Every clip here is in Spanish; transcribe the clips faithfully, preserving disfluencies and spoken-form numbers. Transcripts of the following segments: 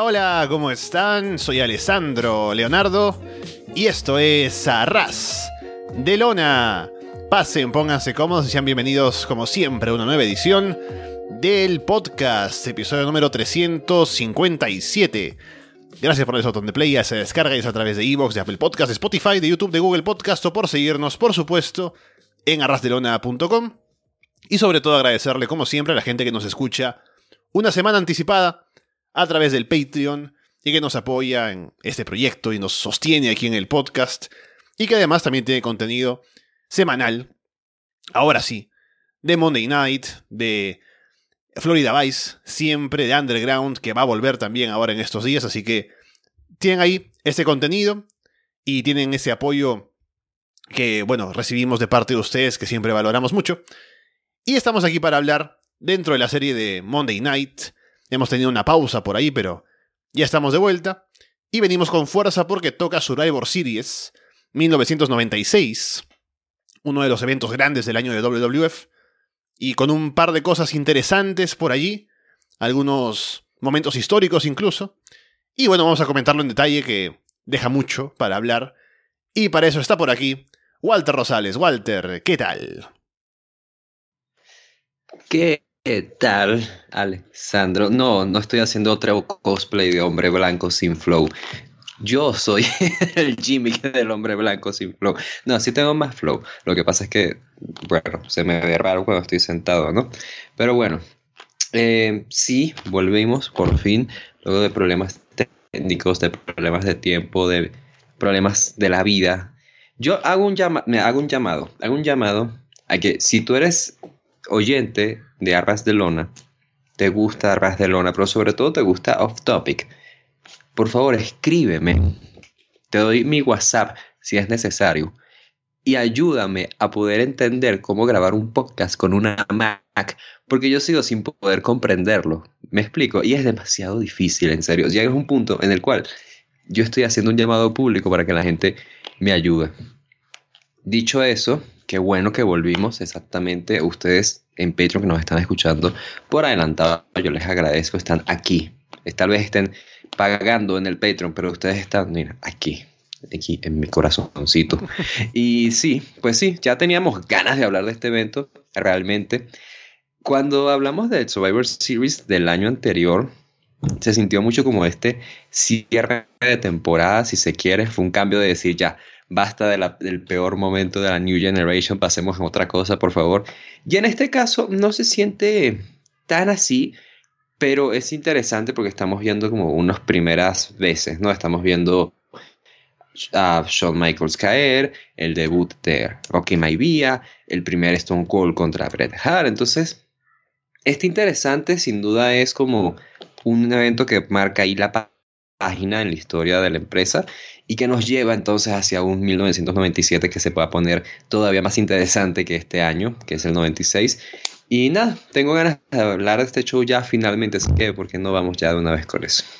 Hola, hola, ¿cómo están? Soy Alessandro Leonardo y esto es Arras de Lona. Pasen, pónganse cómodos y sean bienvenidos como siempre a una nueva edición del podcast, episodio número trescientos cincuenta y siete. Gracias por el botón de play, ya se descarga a través de iVoox, de Apple Podcast, de Spotify, de YouTube, de Google Podcast o por seguirnos, por supuesto, en arras de lona punto com. Y sobre todo agradecerle, como siempre, a la gente que nos escucha una semana anticipada a través del Patreon y que nos apoya en este proyecto y nos sostiene aquí en el podcast y que además también tiene contenido semanal, ahora sí, de Monday Night, de Florida Vice, siempre de Underground, que va a volver también ahora en estos días, así que tienen ahí ese contenido y tienen ese apoyo que, bueno, recibimos de parte de ustedes, que siempre valoramos mucho. Y estamos aquí para hablar dentro de la serie de Monday Night. Hemos tenido una pausa por ahí, pero ya estamos de vuelta. Y venimos con fuerza porque toca Survivor Series mil novecientos noventa y seis, uno de los eventos grandes del año de doble u doble u efe, y con un par de cosas interesantes por allí, algunos momentos históricos incluso. Y bueno, vamos a comentarlo en detalle, que deja mucho para hablar. Y para eso está por aquí Walter Rosales. Walter, ¿qué tal? ¿Qué tal, Alessandro? No, no estoy haciendo otro cosplay de hombre blanco sin flow. Yo soy el Jimmy del hombre blanco sin flow. No, sí tengo más flow. Lo que pasa es que, bueno, se me ve raro cuando estoy sentado, ¿no? Pero bueno, eh, sí, volvimos por fin, luego de problemas técnicos, de problemas de tiempo, de problemas de la vida. Yo hago un, llama- me hago un llamado, hago un llamado a que si tú eres oyente de Arras de Lona, te gusta Arras de Lona, pero sobre todo te gusta Off Topic, por favor escríbeme, te doy mi WhatsApp si es necesario y ayúdame a poder entender cómo grabar un podcast con una Mac, porque yo sigo sin poder comprenderlo, me explico, y es demasiado difícil, en serio. Llega un punto en el cual yo estoy haciendo un llamado público para que la gente me ayude. Dicho eso, qué bueno que volvimos, exactamente. Ustedes en Patreon que nos están escuchando por adelantado, yo les agradezco, están aquí. Tal vez estén pagando en el Patreon, pero ustedes están, mira, aquí, aquí en mi corazoncito. Y sí, pues sí, ya teníamos ganas de hablar de este evento, realmente. Cuando hablamos del Survivor Series del año anterior, se sintió mucho como este cierre de temporada, si se quiere. Fue un cambio de decir ya, basta de la, del peor momento de la New Generation, pasemos a otra cosa, por favor. Y en este caso no se siente tan así, pero es interesante porque estamos viendo como unas primeras veces, ¿no? Estamos viendo a Shawn Michaels caer, el debut de Rocky Maivia, el primer Stone Cold contra Bret Hart. Entonces, este interesante sin duda es como un evento que marca ahí la pa- página en la historia de la empresa y que nos lleva entonces hacia un mil novecientos noventa y siete que se pueda poner todavía más interesante que este año, que es el noventa y seis. Y nada, tengo ganas de hablar de este show ya finalmente, así que ¿por qué no vamos ya de una vez con eso?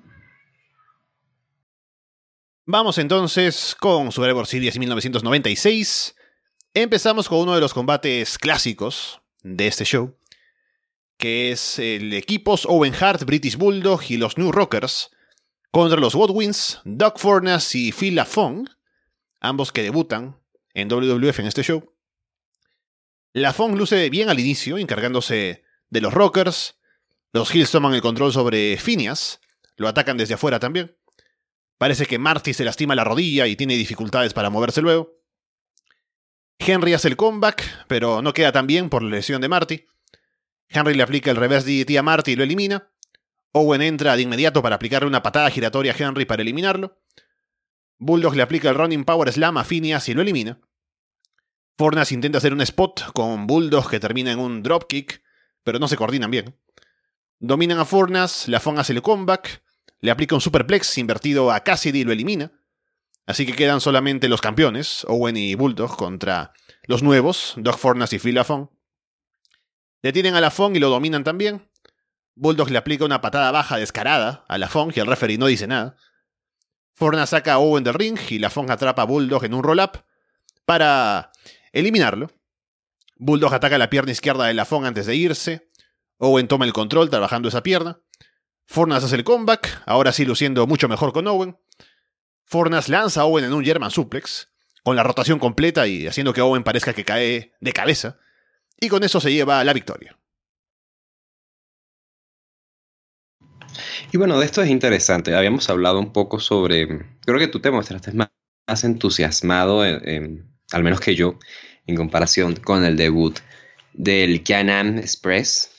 Vamos entonces con Survivor Series mil novecientos noventa y seis. Empezamos con uno de los combates clásicos de este show, que es el equipos Owen Hart, British Bulldog y los New Rockers contra los Godwins, Doug Furnas y Phil LaFong, ambos que debutan en doble u doble u efe en este show. LaFong luce bien al inicio, encargándose de los Rockers. Los Hills toman el control sobre Phineas, lo atacan desde afuera también. Parece que Marty se lastima la rodilla y tiene dificultades para moverse luego. Henry hace el comeback, pero no queda tan bien por la lesión de Marty. Henry le aplica el reverse D D T a Marty y lo elimina. Owen entra de inmediato para aplicarle una patada giratoria a Henry para eliminarlo. Bulldog le aplica el Running Power Slam a Phineas y lo elimina. Furnas intenta hacer un spot con Bulldog que termina en un dropkick, pero no se coordinan bien. Dominan a Furnas, LaFong hace el comeback, le aplica un superplex invertido a Cassidy y lo elimina. Así que quedan solamente los campeones, Owen y Bulldog, contra los nuevos, Doug Furnas y Phil LaFong. Detienen a LaFong y lo dominan también. Bulldog le aplica una patada baja descarada a LaFong y el referee no dice nada. Furnas saca a Owen del ring y LaFong atrapa a Bulldog en un roll-up para eliminarlo. Bulldog ataca la pierna izquierda de LaFong antes de irse. Owen toma el control trabajando esa pierna. Fornas hace el comeback, ahora sí luciendo mucho mejor con Owen. Fornas lanza a Owen en un German Suplex, con la rotación completa y haciendo que Owen parezca que cae de cabeza. Y con eso se lleva la victoria. Y bueno, de esto es interesante. Habíamos hablado un poco sobre... Creo que tú te mostraste más, más entusiasmado, en, en, al menos que yo, en comparación con el debut del Can-Am Express.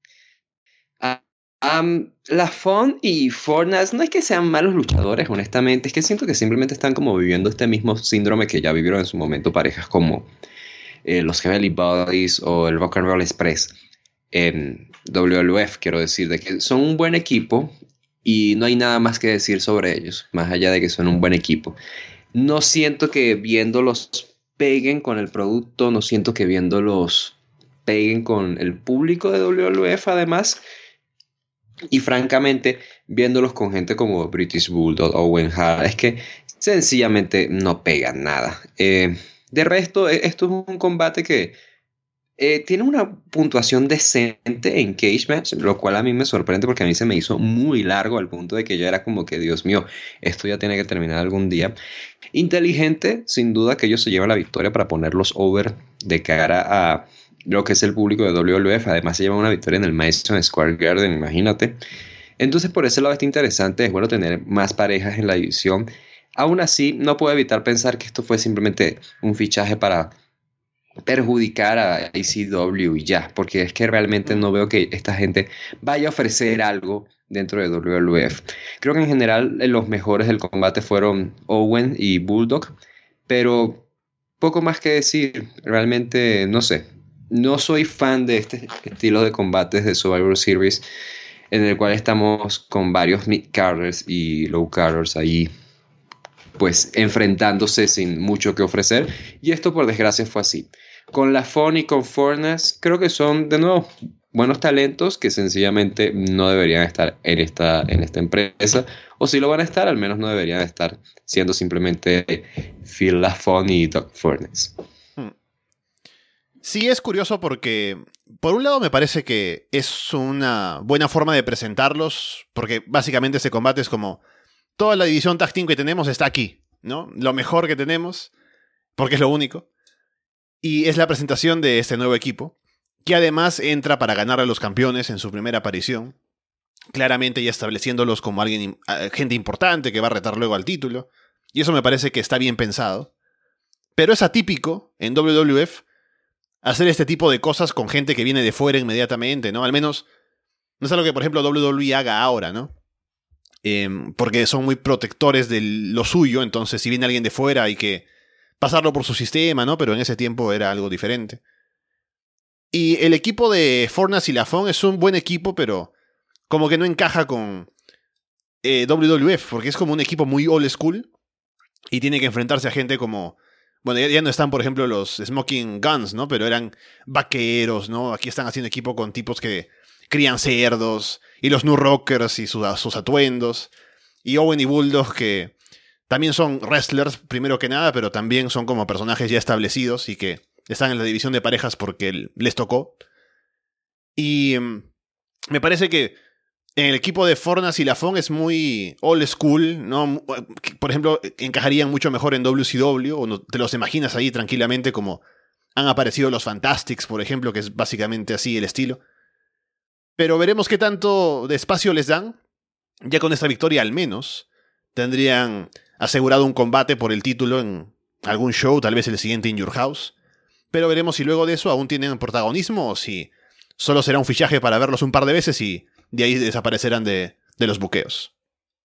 Um, Lafon y Fornas no es que sean malos luchadores, honestamente, es que siento que simplemente están como viviendo este mismo síndrome que ya vivieron en su momento parejas como eh, los Heavenly Bodies o el Rock and Roll Express en W W F, quiero decir, de que son un buen equipo y no hay nada más que decir sobre ellos, más allá de que son un buen equipo. No siento que viéndolos peguen con el producto, no siento que viéndolos peguen con el público de W W F, además. Y francamente, viéndolos con gente como British Bulldog o Owen Hart, es que sencillamente no pegan nada. Eh, de resto, esto es un combate que eh, tiene una puntuación decente en Cage Match, lo cual a mí me sorprende porque a mí se me hizo muy largo al punto de que yo era como que, Dios mío, esto ya tiene que terminar algún día. Inteligente, sin duda que ellos se llevan la victoria para ponerlos over de cara a lo que es el público de W W F. Además se lleva una victoria en el Madison Square Garden, imagínate. Entonces por ese lado está interesante, es bueno tener más parejas en la división. Aún así no puedo evitar pensar que esto fue simplemente un fichaje para perjudicar a A C W y ya, porque es que realmente no veo que esta gente vaya a ofrecer algo dentro de W W F. Creo que en general los mejores del combate fueron Owen y Bulldog, pero poco más que decir, realmente no sé. No soy fan de este estilo de combates de Survivor Series en el cual estamos con varios mid-carders y low-carders ahí pues enfrentándose sin mucho que ofrecer, y esto por desgracia fue así. Con Lafon y con Fornas creo que son de nuevo buenos talentos que sencillamente no deberían estar en esta, en esta empresa, o si lo van a estar, al menos no deberían estar siendo simplemente Phil Lafon y Doug Fornas. Sí, es curioso porque, por un lado, me parece que es una buena forma de presentarlos, porque básicamente este combate es como toda la división Tag Team que tenemos está aquí, ¿no? Lo mejor que tenemos, porque es lo único. Y es la presentación de este nuevo equipo, que además entra para ganar a los campeones en su primera aparición, claramente ya estableciéndolos como alguien, gente importante que va a retar luego al título, y eso me parece que está bien pensado. Pero es atípico en W W F hacer este tipo de cosas con gente que viene de fuera inmediatamente, ¿no? Al menos no es algo que, por ejemplo, W W E haga ahora, ¿no? Eh, porque son muy protectores de lo suyo, entonces si viene alguien de fuera hay que pasarlo por su sistema, ¿no? Pero en ese tiempo era algo diferente. Y el equipo de Fornas y Lafon es un buen equipo, pero como que no encaja con eh, W W F, porque es como un equipo muy old school y tiene que enfrentarse a gente como... Bueno, ya, ya no están, por ejemplo, los Smoking Guns, ¿no? Pero eran vaqueros, ¿no? Aquí están haciendo equipo con tipos que crían cerdos, y los New Rockers y sus, sus atuendos, y Owen y Bulldog, que también son wrestlers, primero que nada, pero también son como personajes ya establecidos y que están en la división de parejas porque les tocó. Y um, me parece que en el equipo de Fornas y Lafon es muy old school, ¿no? Por ejemplo, encajarían mucho mejor en W C W, o no, te los imaginas ahí tranquilamente como han aparecido los Fantastics, por ejemplo, que es básicamente así el estilo. Pero veremos qué tanto de espacio les dan. Ya con esta victoria al menos tendrían asegurado un combate por el título en algún show, tal vez el siguiente In Your House. Pero veremos si luego de eso aún tienen protagonismo o si solo será un fichaje para verlos un par de veces y de ahí desaparecerán de, de los buqueos.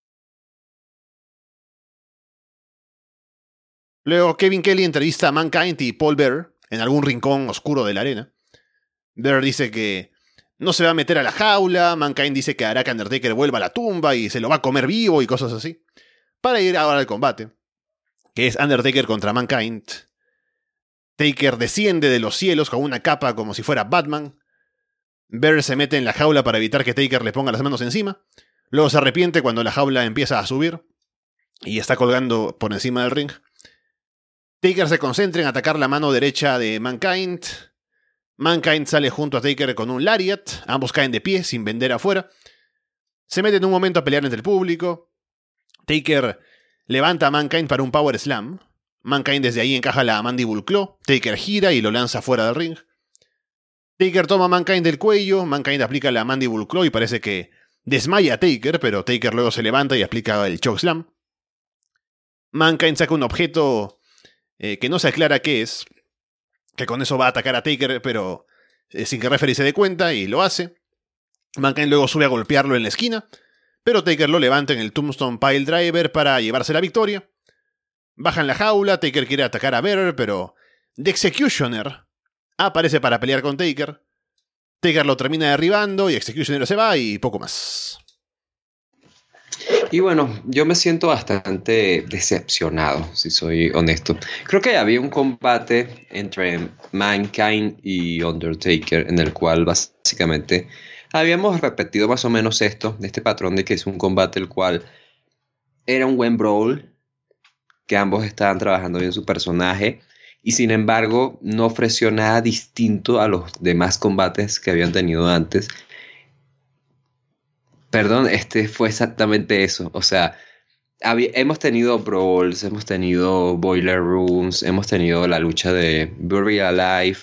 Luego Kevin Kelly entrevista a Mankind y Paul Bearer en algún rincón oscuro de la arena. Bearer dice que no se va a meter a la jaula, Mankind dice que hará que Undertaker vuelva a la tumba y se lo va a comer vivo y cosas así. Para ir ahora al combate, que es Undertaker contra Mankind. Taker desciende de los cielos con una capa como si fuera Batman. Bearer se mete en la jaula para evitar que Taker le ponga las manos encima. Luego se arrepiente cuando la jaula empieza a subir y está colgando por encima del ring. Taker se concentra en atacar la mano derecha de Mankind. Mankind sale junto a Taker con un lariat. Ambos caen de pie sin vender afuera. Se meten un momento a pelear entre el público. Taker levanta a Mankind para un Power Slam. Mankind desde ahí encaja la Mandible Claw. Taker gira y lo lanza fuera del ring. Taker toma a Mankind del cuello. Mankind aplica la Mandible Claw y parece que desmaya a Taker, pero Taker luego se levanta y aplica el Chokeslam. Mankind saca un objeto eh, que no se aclara qué es, que con eso va a atacar a Taker, pero eh, sin que referee se dé cuenta, y lo hace. Mankind luego sube a golpearlo en la esquina, pero Taker lo levanta en el Tombstone Pile Driver para llevarse la victoria. Baja en la jaula, Taker quiere atacar a Bearer, pero The Executioner aparece para pelear con Taker. Taker lo termina derribando y Executioner se va y poco más. Y bueno, yo me siento bastante decepcionado, si soy honesto. Creo que había un combate entre Mankind y Undertaker en el cual básicamente habíamos repetido más o menos esto, este patrón de que es un combate el cual era un buen brawl, que ambos estaban trabajando bien su personaje y sin embargo no ofreció nada distinto a los demás combates que habían tenido antes. Perdón, este fue exactamente eso. O sea, había, hemos tenido brawls, hemos tenido boiler rooms, hemos tenido la lucha de Bury Alive.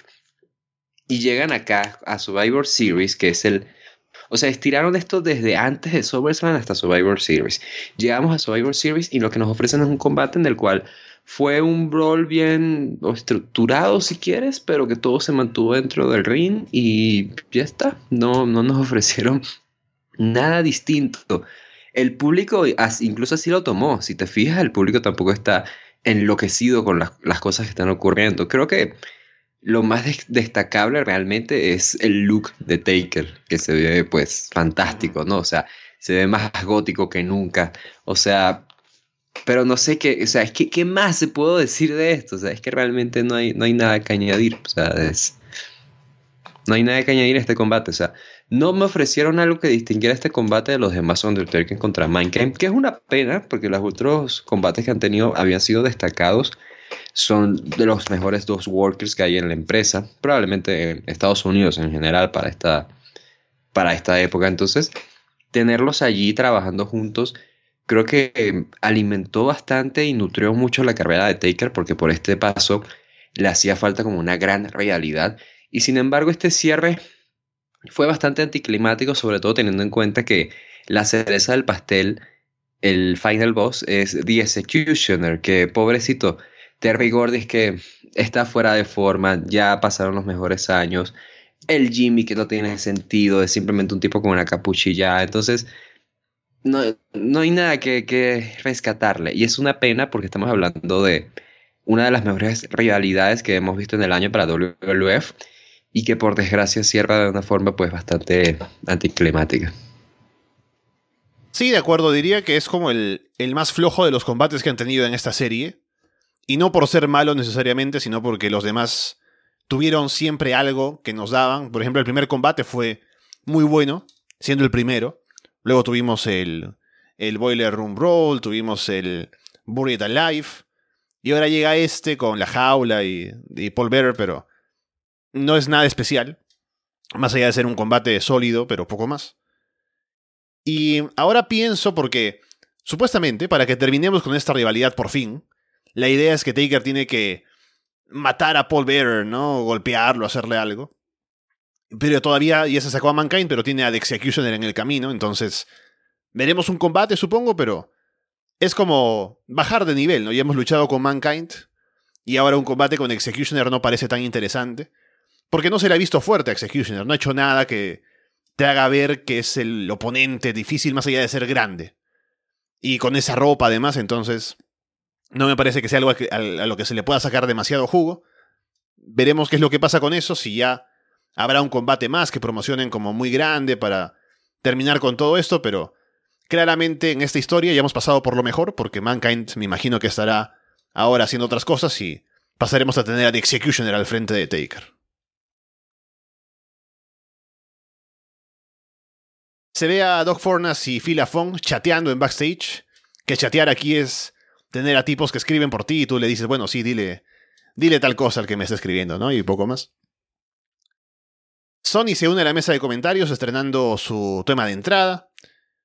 Y llegan acá a Survivor Series, que es el... O sea, estiraron esto desde antes de SummerSlam hasta Survivor Series. Llegamos a Survivor Series y lo que nos ofrecen es un combate en el cual fue un brawl bien estructurado, si quieres, pero que todo se mantuvo dentro del ring y ya está. No, no nos ofrecieron nada distinto. El público incluso así lo tomó. Si te fijas, el público tampoco está enloquecido con las, las cosas que están ocurriendo. Creo que lo más de- destacable realmente es el look de Taker, que se ve pues fantástico, ¿no? O sea, se ve más gótico que nunca. O sea, pero no sé qué, o sea, es que qué más se puedo decir de esto. O sea, es que realmente no hay, no hay nada que añadir. O sea, es... No hay nada que añadir a este combate. O sea, no me ofrecieron algo que distinguiera este combate de los demás Undertaker contra Mankind, que es una pena, porque los otros combates que han tenido habían sido destacados. Son de los mejores dos workers que hay en la empresa, probablemente en Estados Unidos en general para esta, para esta época. Entonces, tenerlos allí trabajando juntos, creo que eh, alimentó bastante y nutrió mucho la carrera de Taker, porque por este paso le hacía falta como una gran realidad. Y sin embargo, este cierre fue bastante anticlimático, sobre todo teniendo en cuenta que la cereza del pastel, el final boss, es The Executioner, que pobrecito, Terry Gordy que está fuera de forma, ya pasaron los mejores años. El Jimmy que no tiene sentido, es simplemente un tipo con una capuchilla. Entonces, no, no hay nada que, que rescatarle. Y es una pena porque estamos hablando de una de las mejores rivalidades que hemos visto en el año para W W F y que por desgracia cierra de una forma pues bastante anticlimática. Sí, de acuerdo, diría que es como el, el más flojo de los combates que han tenido en esta serie. Y no por ser malo necesariamente, sino porque los demás tuvieron siempre algo que nos daban. Por ejemplo, el primer combate fue muy bueno, siendo el primero. Luego tuvimos el, el Boiler Room Brawl, tuvimos el Buried Alive. Y ahora llega este con la jaula y, y Paul Bearer, pero no es nada especial. Más allá de ser un combate sólido, pero poco más. Y ahora pienso porque, supuestamente, para que terminemos con esta rivalidad por fin, la idea es que Taker tiene que matar a Paul Bearer, ¿no? Golpearlo, hacerle algo. Pero todavía ya se sacó a Mankind, pero tiene a The Executioner en el camino. Entonces, veremos un combate, supongo, pero es como bajar de nivel, ¿no? Ya hemos luchado con Mankind y ahora un combate con Executioner no parece tan interesante. Porque no se le ha visto fuerte a Executioner. No ha hecho nada que te haga ver que es el oponente difícil más allá de ser grande. Y con esa ropa además, entonces... No me parece que sea algo a, que, a lo que se le pueda sacar demasiado jugo. Veremos qué es lo que pasa con eso, si ya habrá un combate más que promocionen como muy grande para terminar con todo esto, pero claramente en esta historia ya hemos pasado por lo mejor, porque Mankind me imagino que estará ahora haciendo otras cosas y pasaremos a tener a The Executioner al frente de Taker. Se ve a Doc Furnas y Phil Lafon chateando en backstage, que chatear aquí es... tener a tipos que escriben por ti y tú le dices, bueno, sí, dile, dile tal cosa al que me está escribiendo, ¿no? Y poco más. Sony se une a la mesa de comentarios estrenando su tema de entrada.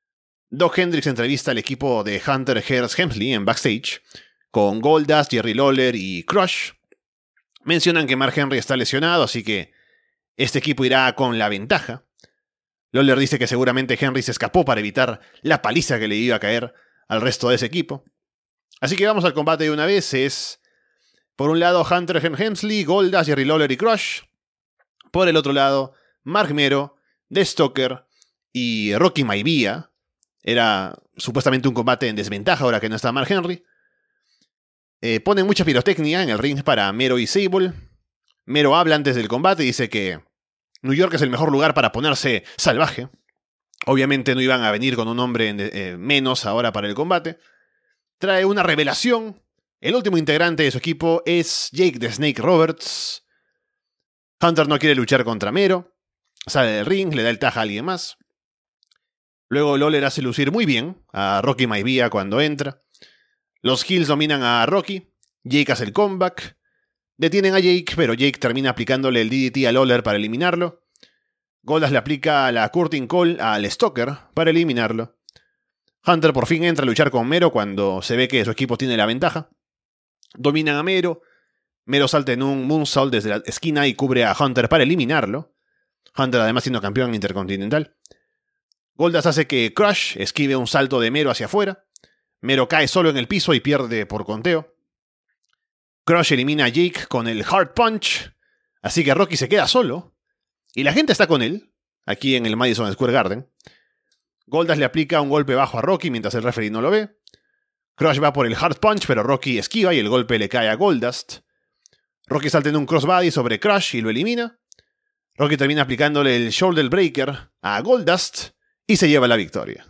Doc Hendrix entrevista al equipo de Hunter Hearst Helmsley en backstage, con Goldust, Jerry Lawler y Crush. Mencionan que Mark Henry está lesionado, así que este equipo irá con la ventaja. Lawler dice que seguramente Henry se escapó para evitar la paliza que le iba a caer al resto de ese equipo. Así que vamos al combate de una vez. Es, por un lado, Hunter Helmsley, Goldust, Jerry Lawler y Crush. Por el otro lado, Mark Mero, The Stalker y Rocky Maivia. Era supuestamente un combate en desventaja ahora que no está Mark Henry. Eh, ponen mucha pirotecnia en el ring para Mero y Sable. Mero habla antes del combate y dice que New York es el mejor lugar para ponerse salvaje. Obviamente no iban a venir con un hombre eh, menos ahora para el combate. Trae una revelación. El último integrante de su equipo es Jake the Snake Roberts. Hunter no quiere luchar contra Mero. Sale del ring, le da el taja a alguien más. Luego Lawler hace lucir muy bien a Rocky Maivia cuando entra. Los Hills dominan a Rocky. Jake hace el comeback. Detienen a Jake, pero Jake termina aplicándole el D D T a Lawler para eliminarlo. Goldust le aplica la Curtain Call al Stalker para eliminarlo. Hunter por fin entra a luchar con Mero cuando se ve que su equipo tiene la ventaja. Dominan a Mero. Mero salta en un moonsault desde la esquina y cubre a Hunter para eliminarlo. Hunter además siendo campeón intercontinental. Goldust hace que Crush esquive un salto de Mero hacia afuera. Mero cae solo en el piso y pierde por conteo. Crush elimina a Jake con el Hard Punch. Así que Rocky se queda solo. Y la gente está con él, aquí en el Madison Square Garden. Goldust le aplica un golpe bajo a Rocky mientras el referee no lo ve. Crush va por el Hard Punch, pero Rocky esquiva y el golpe le cae a Goldust. Rocky salta en un crossbody sobre Crush y lo elimina. Rocky termina aplicándole el Shoulder Breaker a Goldust y se lleva la victoria.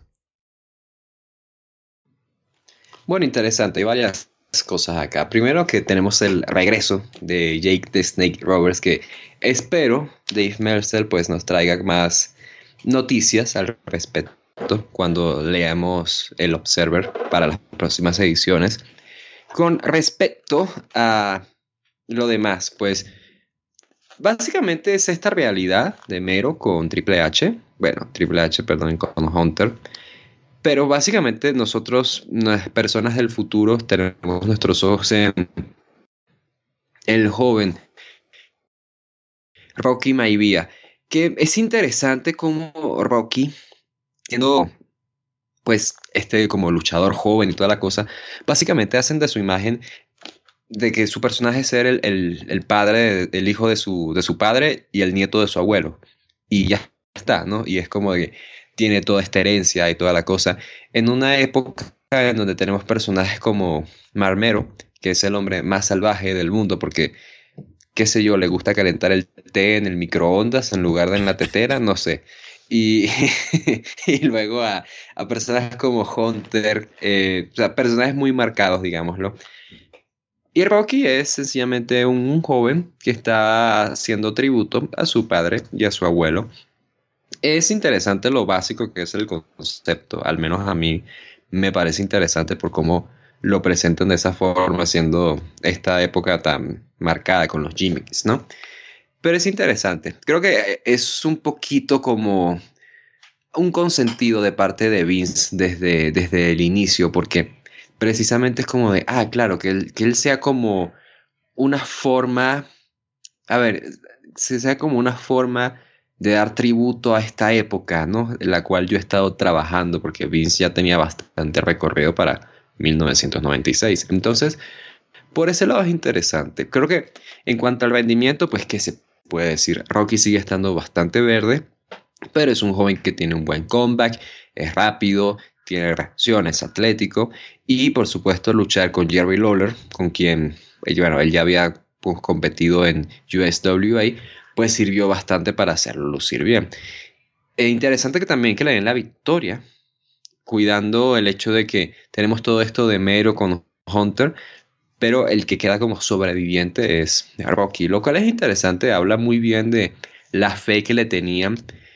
Bueno, interesante. Hay varias cosas acá. Primero que tenemos el regreso de Jake the Snake Roberts, que espero Dave Meltzer pues nos traiga más noticias al respecto cuando leamos el Observer para las próximas ediciones. Con respecto a lo demás, pues básicamente es esta realidad de Mero con Triple H, bueno, Triple H, perdón, con Hunter. Pero básicamente nosotros, las personas del futuro, tenemos nuestros ojos en el joven Rocky Maivia, que es interesante como Rocky, siendo pues este como luchador joven y toda la cosa, básicamente hacen de su imagen de que su personaje es ser el, el, el padre, el hijo de su, de su padre y el nieto de su abuelo. Y ya está, ¿no? Y es como de que tiene toda esta herencia y toda la cosa. En una época en donde tenemos personajes como Mark Mero, que es el hombre más salvaje del mundo, porque, qué sé yo, le gusta calentar el té en el microondas en lugar de en la tetera, no sé. Y, y luego a, a personajes como Hunter, eh, o sea, personajes muy marcados, digámoslo. Y Rocky es sencillamente un, un joven que está haciendo tributo a su padre y a su abuelo. Es interesante lo básico que es el concepto, al menos a mí me parece interesante por cómo lo presentan de esa forma, siendo esta época tan marcada con los gimmicks, ¿no? Pero es interesante. Creo que es un poquito como un consentido de parte de Vince desde, desde el inicio, porque precisamente es como de, ah, claro, que él, que él sea como una forma, a ver, sea como una forma de dar tributo a esta época, ¿no? En la cual yo he estado trabajando, porque Vince ya tenía bastante recorrido para mil novecientos noventa y seis. Entonces, por ese lado es interesante. Creo que en cuanto al rendimiento, pues, ¿qué se puede decir? Rocky sigue estando bastante verde, pero es un joven que tiene un buen comeback, es rápido, tiene reacciones, es atlético, y por supuesto luchar con Jerry Lawler, con quien, bueno, él ya había pues, competido en U S W A, pues sirvió bastante para hacerlo lucir bien. Es interesante que también que le den la victoria, cuidando el hecho de que tenemos todo esto de Mero con Hunter, pero el que queda como sobreviviente es Rocky, lo cual es interesante, habla muy bien de la fe que le tenían.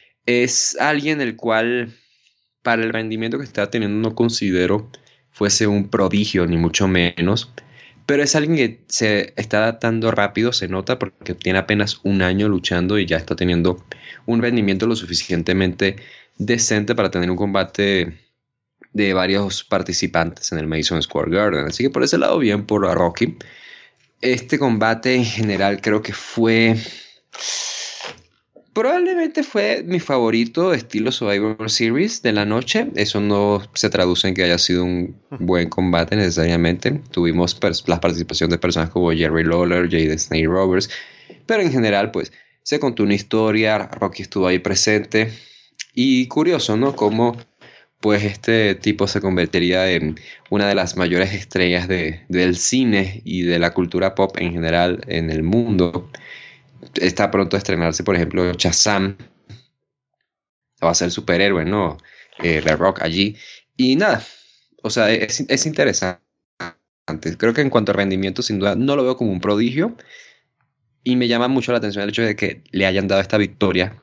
Es alguien el cual, para el rendimiento que está teniendo, no considero fuese un prodigio, ni mucho menos. Pero es alguien que se está adaptando rápido, se nota, porque tiene apenas un año luchando y ya está teniendo un rendimiento lo suficientemente decente para tener un combate de varios participantes en el Madison Square Garden. Así que por ese lado, bien por Rocky. Este combate en general creo que fue... Probablemente fue mi favorito estilo Survivor Series de la noche. Eso no se traduce en que haya sido un buen combate necesariamente. Tuvimos pers- la participación de personas como Jerry Lawler, Jade Snake Roberts. Pero en general, pues, se contó una historia. Rocky estuvo ahí presente. Y curioso, ¿no? Cómo, pues, este tipo se convertiría en una de las mayores estrellas de, del cine y de la cultura pop en general en el mundo. Está pronto a estrenarse, por ejemplo, Shazam. Va a ser superhéroe, ¿no? Eh, The Rock allí. Y nada, o sea, es, es interesante. Creo que en cuanto a rendimiento, sin duda, no lo veo como un prodigio. Y me llama mucho la atención el hecho de que le hayan dado esta victoria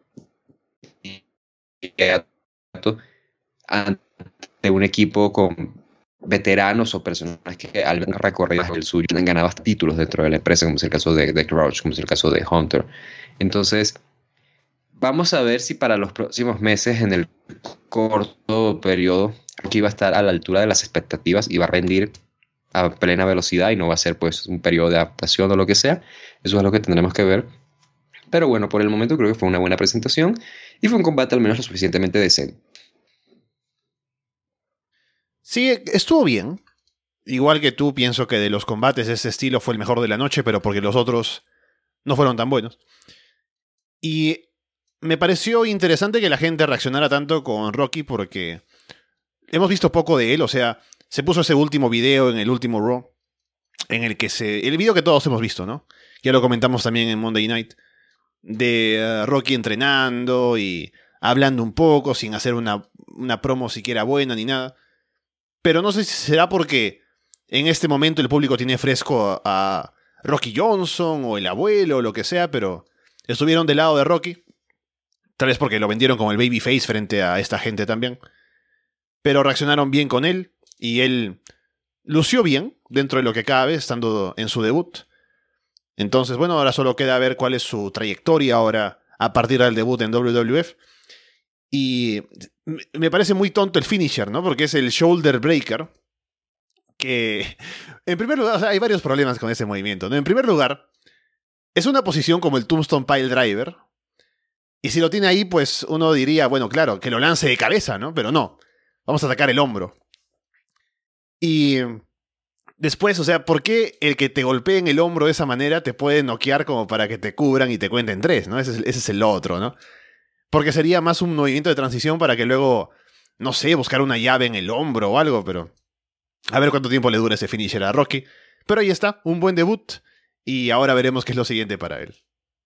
ante un equipo con veteranos o personas que al menos recorrido el suyo han ganado títulos dentro de la empresa, como es el caso de, de Crouch, como es el caso de Hunter. Entonces, vamos a ver si para los próximos meses, en el corto periodo, aquí va a estar a la altura de las expectativas y va a rendir a plena velocidad y no va a ser pues un periodo de adaptación o lo que sea. Eso es lo que tendremos que ver. Pero bueno, por el momento creo que fue una buena presentación y fue un combate al menos lo suficientemente decente. Sí, estuvo bien. Igual que tú, pienso que de los combates ese estilo fue el mejor de la noche, pero porque los otros no fueron tan buenos. Y me pareció interesante que la gente reaccionara tanto con Rocky porque hemos visto poco de él, o sea, se puso ese último video en el último Raw, en el que se... El video que todos hemos visto, ¿no? Ya lo comentamos también en Monday Night, de uh, Rocky entrenando y hablando un poco, sin hacer una, una promo siquiera buena ni nada. Pero no sé si será porque en este momento el público tiene fresco a Rocky Johnson o el abuelo o lo que sea, pero estuvieron del lado de Rocky. Tal vez porque lo vendieron como el babyface frente a esta gente también. Pero reaccionaron bien con él y él lució bien dentro de lo que cabe, estando en su debut. Entonces, bueno, ahora solo queda ver cuál es su trayectoria ahora a partir del debut en W W F. Y me parece muy tonto el finisher, ¿no? Porque es el shoulder breaker. Que, en primer lugar, o sea, hay varios problemas con ese movimiento, ¿no? En primer lugar, es una posición como el Tombstone Pile Driver. Y si lo tiene ahí, pues uno diría, bueno, claro, que lo lance de cabeza, ¿no? Pero no. Vamos a atacar el hombro. Y después, o sea, ¿por qué el que te golpee en el hombro de esa manera te puede noquear como para que te cubran y te cuenten tres, ¿no? Ese es, ese es el otro, ¿no? Porque sería más un movimiento de transición para que luego, no sé, buscar una llave en el hombro o algo, pero a ver cuánto tiempo le dura ese finisher a Rocky. Pero ahí está, un buen debut, y ahora veremos qué es lo siguiente para él.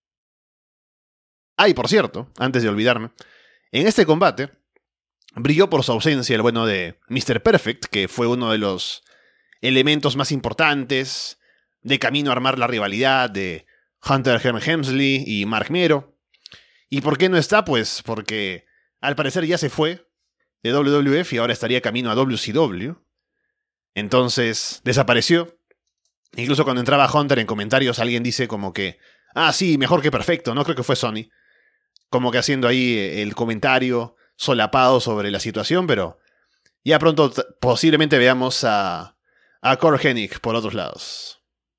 Ah, y por cierto, antes de olvidarme, en este combate brilló por su ausencia el bueno de mister Perfect, que fue uno de los elementos más importantes de camino a armar la rivalidad de Hunter Hearst Helmsley y Mark Mero. ¿Y por qué no está? Pues porque al parecer ya se fue de W W F y ahora estaría camino a W C W. Entonces desapareció. Incluso cuando entraba Hunter en comentarios alguien dice como que ah, sí, mejor que perfecto, no creo que fue Sony. Como que haciendo ahí el comentario solapado sobre la situación, pero ya pronto t- posiblemente veamos a, a Curt Hennig por otros lados.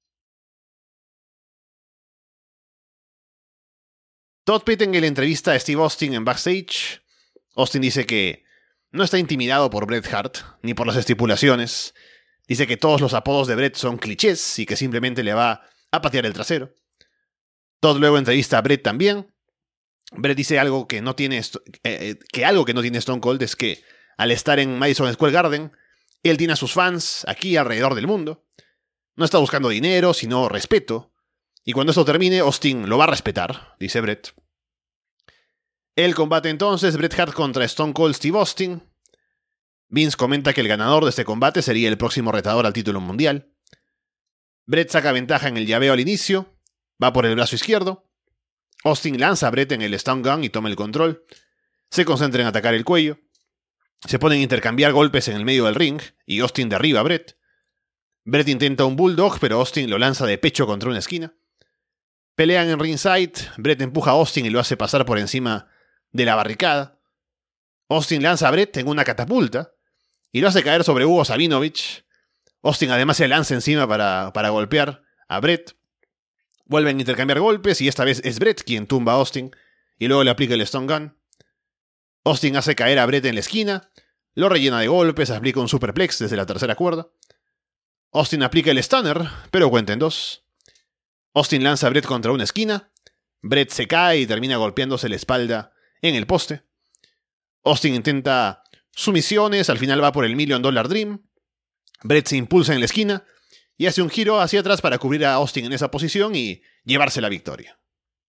Todd Pettengill entrevista a Steve Austin en backstage. Austin dice que no está intimidado por Bret Hart, ni por las estipulaciones. Dice que todos los apodos de Bret son clichés y que simplemente le va a patear el trasero. Todd luego entrevista a Bret también. Bret dice algo que no tiene esto, eh, que algo que no tiene Stone Cold es que al estar en Madison Square Garden, él tiene a sus fans aquí alrededor del mundo. No está buscando dinero, sino respeto. Y cuando esto termine, Austin lo va a respetar, dice Bret. El combate entonces, Bret Hart contra Stone Cold Steve Austin. Vince comenta que el ganador de este combate sería el próximo retador al título mundial. Bret saca ventaja en el llaveo al inicio, va por el brazo izquierdo. Austin lanza a Bret en el Stun Gun y toma el control. Se concentra en atacar el cuello. Se ponen a intercambiar golpes en el medio del ring y Austin derriba a Bret. Bret intenta un bulldog, pero Austin lo lanza de pecho contra una esquina. Pelean en ringside, Bret empuja a Austin y lo hace pasar por encima de la barricada. Austin lanza a Bret en una catapulta, y lo hace caer sobre Hugo Sabinovich. Austin además se lanza encima para, para golpear a Bret. Vuelven a intercambiar golpes y esta vez es Bret quien tumba a Austin y luego le aplica el Stone Gun. Austin hace caer a Bret en la esquina, lo rellena de golpes, aplica un superplex desde la tercera cuerda. Austin aplica el Stunner, pero cuenta en dos. Austin lanza a Bret contra una esquina. Bret se cae y termina golpeándose la espalda en el poste. Austin intenta sumisiones, al final va por el Million Dollar Dream. Bret se impulsa en la esquina y hace un giro hacia atrás para cubrir a Austin en esa posición y llevarse la victoria.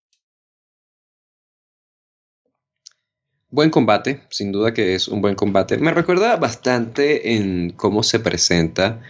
Buen combate, sin duda que es un buen combate. Me recuerda bastante en cómo se presenta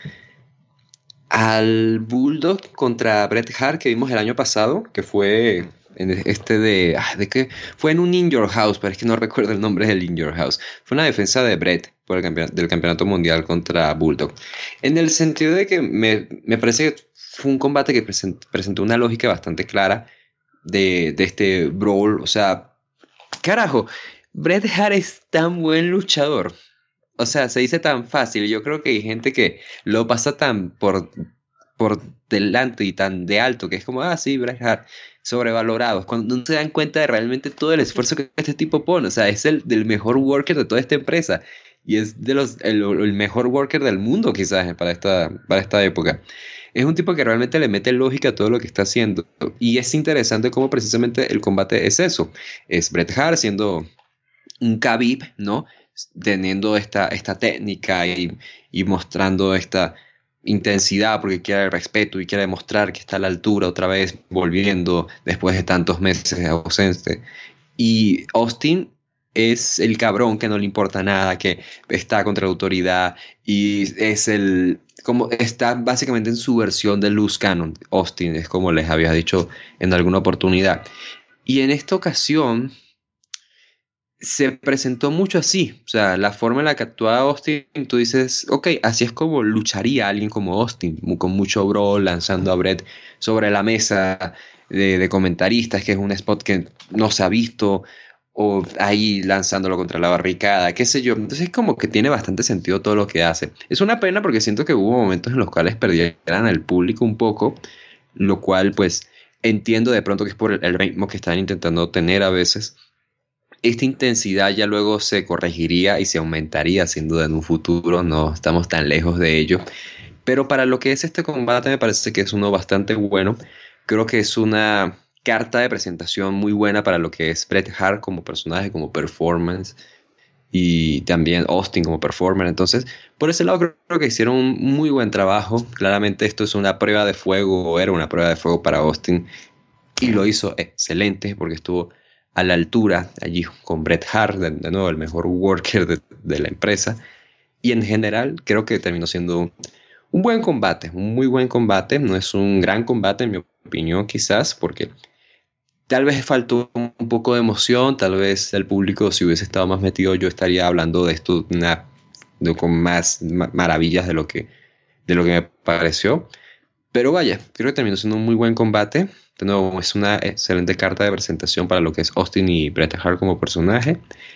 al Bulldog contra Bret Hart que vimos el año pasado, que fue en este de... Ah, ¿de qué? Fue en un In Your House, pero es que no recuerdo el nombre del In Your House. Fue una defensa de Bret por el campeonato, del campeonato mundial contra Bulldog. En el sentido de que me, me parece que fue un combate que present, presentó una lógica bastante clara de, de este brawl. O sea, carajo, Bret Hart es tan buen luchador. O sea, se dice tan fácil. Yo creo que hay gente que lo pasa tan por, por delante y tan de alto que es como, ah, sí, Bret Hart, sobrevalorado. Cuando no se dan cuenta de realmente todo el esfuerzo que este tipo pone. O sea, es el del mejor worker de toda esta empresa. Y es de los, el, el mejor worker del mundo, quizás, para esta, para esta época. Es un tipo que realmente le mete lógica a todo lo que está haciendo. Y es interesante cómo precisamente el combate es eso. Es Bret Hart siendo un Khabib, ¿no? Teniendo esta, esta técnica y, y mostrando esta intensidad porque quiere respeto y quiere demostrar que está a la altura otra vez, volviendo después de tantos meses de ausente. Y Austin es el cabrón que no le importa nada, que está contra la autoridad y es el... como está básicamente en su versión de Loose Cannon. Austin es como les había dicho en alguna oportunidad. Y en esta ocasión se presentó mucho así, o sea, la forma en la que actuaba Austin, tú dices, ok, así es como lucharía alguien como Austin, con mucho brawl, lanzando a Bret sobre la mesa de, de comentaristas, que es un spot que no se ha visto, o ahí lanzándolo contra la barricada, qué sé yo. Entonces es como que tiene bastante sentido todo lo que hace. Es una pena porque siento que hubo momentos en los cuales perdieran al público un poco, lo cual pues entiendo de pronto que es por el, el ritmo que están intentando tener a veces. Esta intensidad ya luego se corregiría y se aumentaría sin duda en un futuro, no estamos tan lejos de ello. Pero para lo que es este combate me parece que es uno bastante bueno. Creo que es una carta de presentación muy buena para lo que es Bret Hart como personaje, como performance, y también Austin como performer. Entonces, por ese lado creo, creo que hicieron un muy buen trabajo. Claramente esto es una prueba de fuego, o era una prueba de fuego para Austin, y lo hizo excelente porque estuvo a la altura allí con Bret Hart, de, de nuevo el mejor worker de, de la empresa, y en general creo que terminó siendo un, un buen combate, un muy buen combate. No es un gran combate en mi opinión quizás, porque tal vez faltó un poco de emoción, tal vez el público si hubiese estado más metido yo estaría hablando de esto una, de, con más ma- maravillas de lo, que, de lo que me pareció, pero vaya, creo que terminó siendo un muy buen combate. De nuevo, es una excelente carta de presentación para lo que es Austin y Bret Hart como personaje.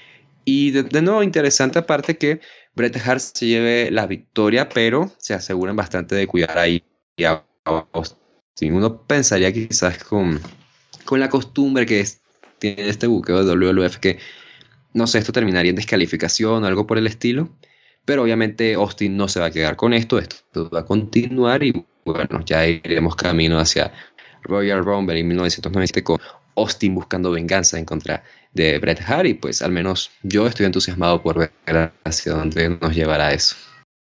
Y de, de nuevo, interesante aparte que Bret Hart se lleve la victoria, pero se aseguran bastante de cuidar ahí a Austin. Uno pensaría que quizás con, con la costumbre que es, tiene este buqueo de W W F, que no sé, esto terminaría en descalificación o algo por el estilo. Pero obviamente Austin no se va a quedar con esto, esto va a continuar y bueno, ya iremos camino hacia Royal Rumble en mil novecientos noventa y siete con Austin buscando venganza en contra de Bret Hart, y pues al menos yo estoy entusiasmado por ver hacia dónde nos llevará eso.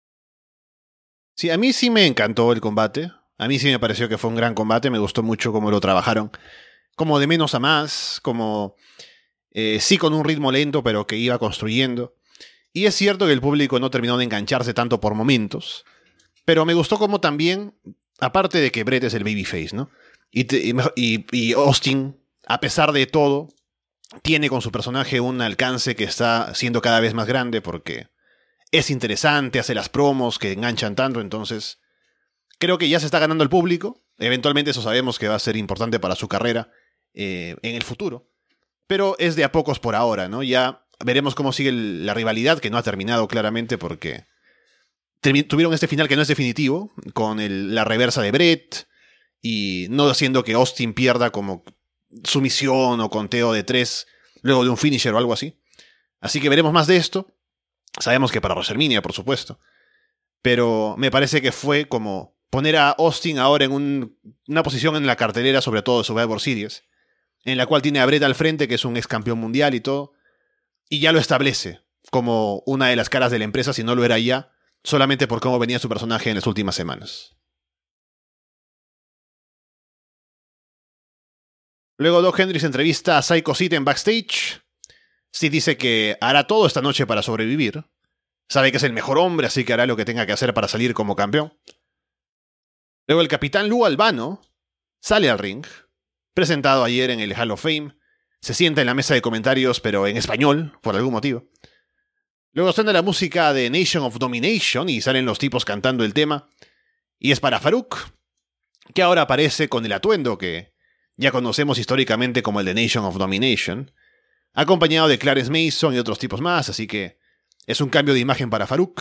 Sí, a mí sí me encantó el combate. A mí sí me pareció que fue un gran combate. Me gustó mucho cómo lo trabajaron. Como de menos a más, como eh, sí con un ritmo lento, pero que iba construyendo. Y es cierto que el público no terminó de engancharse tanto por momentos, pero me gustó como también, aparte de que Bret es el babyface, ¿no? Y, te, y, y Austin, a pesar de todo, tiene con su personaje un alcance que está siendo cada vez más grande porque es interesante, hace las promos que enganchan tanto, entonces creo que ya se está ganando el público. Eventualmente eso sabemos que va a ser importante para su carrera eh, en el futuro, pero es de a pocos por ahora, ¿no? Ya veremos cómo sigue el, la rivalidad, que no ha terminado claramente porque tuvieron este final que no es definitivo, con el, la reversa de Brett, y no haciendo que Austin pierda como sumisión o conteo de tres luego de un finisher o algo así. Así que veremos más de esto. Sabemos que para WrestleMania, por supuesto. Pero me parece que fue como poner a Austin ahora en un, una posición en la cartelera, sobre todo de Survivor Series, en la cual tiene a Brett al frente, que es un ex campeón mundial y todo, y ya lo establece como una de las caras de la empresa, si no lo era ya, solamente por cómo venía su personaje en las últimas semanas. Luego Doc Hendrix entrevista a Psycho Sid en backstage. Sid dice que hará todo esta noche para sobrevivir. Sabe que es el mejor hombre, así que hará lo que tenga que hacer para salir como campeón. Luego el capitán Lou Albano sale al ring, presentado ayer en el Hall of Fame. Se sienta en la mesa de comentarios, pero en español, por algún motivo. Luego suena la música de Nation of Domination y salen los tipos cantando el tema. Y es para Farouk, que ahora aparece con el atuendo que ya conocemos históricamente como el de Nation of Domination, acompañado de Clarence Mason y otros tipos más, así que es un cambio de imagen para Farouk.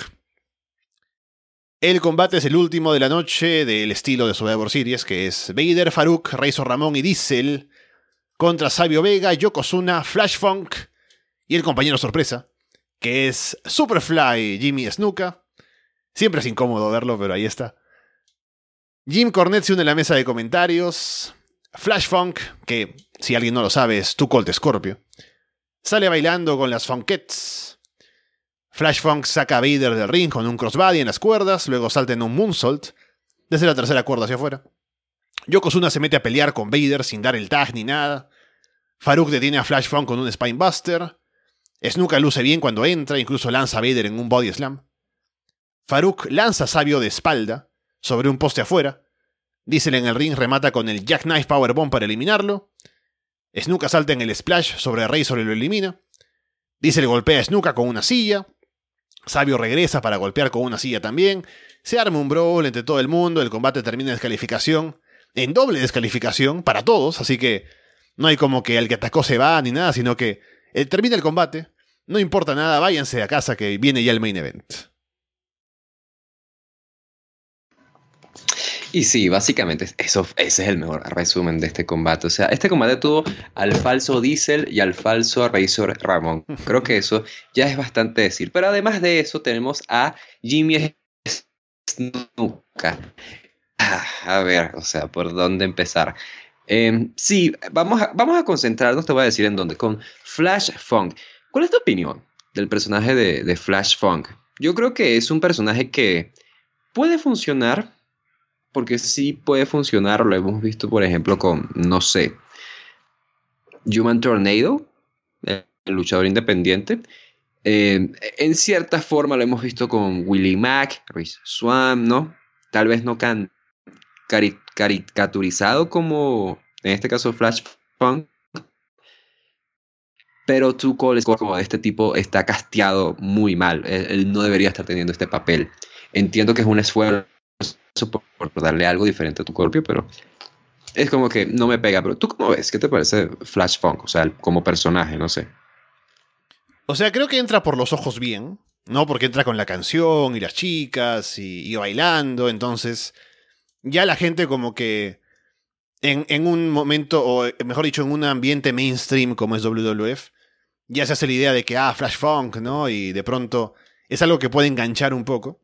El combate es el último de la noche del estilo de Survivor Series, que es Vader, Farouk, Razor Ramón y Diesel contra Sabio Vega, Yokozuna, Flash Funk y el compañero sorpresa, que es Superfly Jimmy Snuka. Siempre es incómodo verlo, pero ahí está. Jim Cornette se une a la mesa de comentarios. Flash Funk, que si alguien no lo sabe es Too Cold Scorpio, sale bailando con las Funkettes. Flash Funk saca a Vader del ring con un crossbody en las cuerdas, luego salta en un moonsault desde la tercera cuerda hacia afuera. Yokozuna se mete a pelear con Vader sin dar el tag ni nada. Farouk detiene a Flash Funk con un Spinebuster. Snuka luce bien cuando entra, incluso lanza a Vader en un Body Slam. Farouk lanza a Sabio de espalda sobre un poste afuera. Diesel en el ring remata con el Jackknife Powerbomb para eliminarlo. Snuka salta en el Splash sobre Razor y lo elimina. Diesel golpea a Snuka con una silla. Sabio regresa para golpear con una silla también. Se arma un brawl entre todo el mundo. El combate termina en descalificación. En doble descalificación para todos. Así que no hay como que el que atacó se va ni nada, sino que eh, termina el combate. No importa nada, váyanse a casa que viene ya el main event. Y sí, básicamente eso, ese es el mejor resumen de este combate. O sea, este combate tuvo al falso Diesel y al falso Razor Ramón. Creo que eso ya es bastante decir. Pero además de eso tenemos a Jimmy Snuka. Ah, a ver, o sea, ¿por dónde empezar? Eh, sí, vamos a, vamos a concentrarnos, te voy a decir en dónde. Con Flash Funk. ¿Cuál es tu opinión del personaje de, de Flash Funk? Yo creo que es un personaje que puede funcionar. Porque sí puede funcionar, lo hemos visto por ejemplo con, no sé, Human Tornado, el luchador independiente. Eh, en cierta forma lo hemos visto con Willie Mack, Rhys Swann, ¿no? Tal vez no can, cari, caricaturizado como, en este caso, Flash Funk. Pero Too Cold Scorpio como de este tipo está casteado muy mal. Él, él no debería estar teniendo este papel. Entiendo que es un esfuerzo Por, por darle algo diferente a tu cuerpo, pero es como que no me pega. Pero ¿tú cómo ves? ¿Qué te parece Flash Funk? O sea, como personaje, no sé. O sea, creo que entra por los ojos bien, ¿no? Porque entra con la canción y las chicas y, y bailando, entonces ya la gente como que en, en un momento, o mejor dicho, en un ambiente mainstream como es W W F, ya se hace la idea de que, ah, Flash Funk, ¿no? Y de pronto es algo que puede enganchar un poco.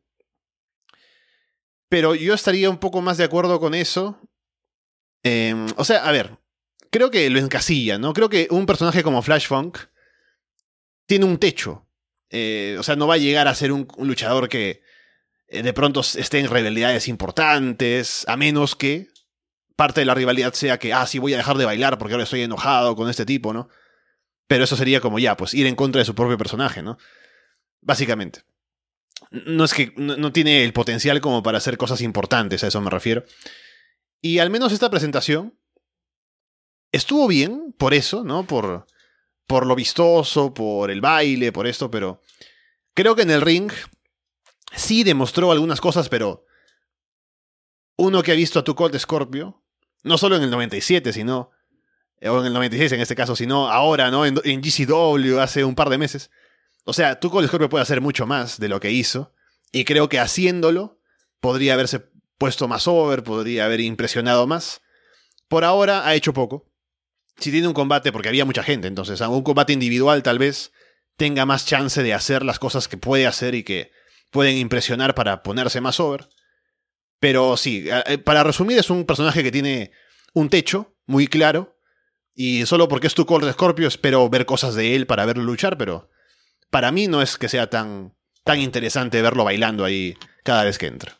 Pero yo estaría un poco más de acuerdo con eso. Eh, o sea, a ver, creo que lo encasilla, ¿no? Creo que un personaje como Flash Funk tiene un techo. Eh, o sea, no va a llegar a ser un, un luchador que eh, de pronto esté en rivalidades importantes, a menos que parte de la rivalidad sea que, ah, sí, voy a dejar de bailar porque ahora estoy enojado con este tipo, ¿no? Pero eso sería como ya, pues ir en contra de su propio personaje, ¿no? Básicamente. No es que no, no tiene el potencial como para hacer cosas importantes, a eso me refiero. Y al menos esta presentación estuvo bien por eso, ¿no? Por, por lo vistoso, por el baile, por esto, pero creo que en el ring sí demostró algunas cosas, pero uno que ha visto a Too Cold Scorpio, no solo en el noventa y siete, sino, o en el noventa y seis en este caso, sino ahora, ¿no? En, en G C W hace un par de meses. O sea, Too Cold Scorpio puede hacer mucho más de lo que hizo. Y creo que haciéndolo podría haberse puesto más over, podría haber impresionado más. Por ahora ha hecho poco. Si tiene un combate, porque había mucha gente, entonces un combate individual tal vez tenga más chance de hacer las cosas que puede hacer y que pueden impresionar para ponerse más over. Pero sí, para resumir, es un personaje que tiene un techo muy claro. Y solo porque es tu Cold Scorpio espero ver cosas de él para verlo luchar, pero para mí no es que sea tan, tan interesante verlo bailando ahí cada vez que entra.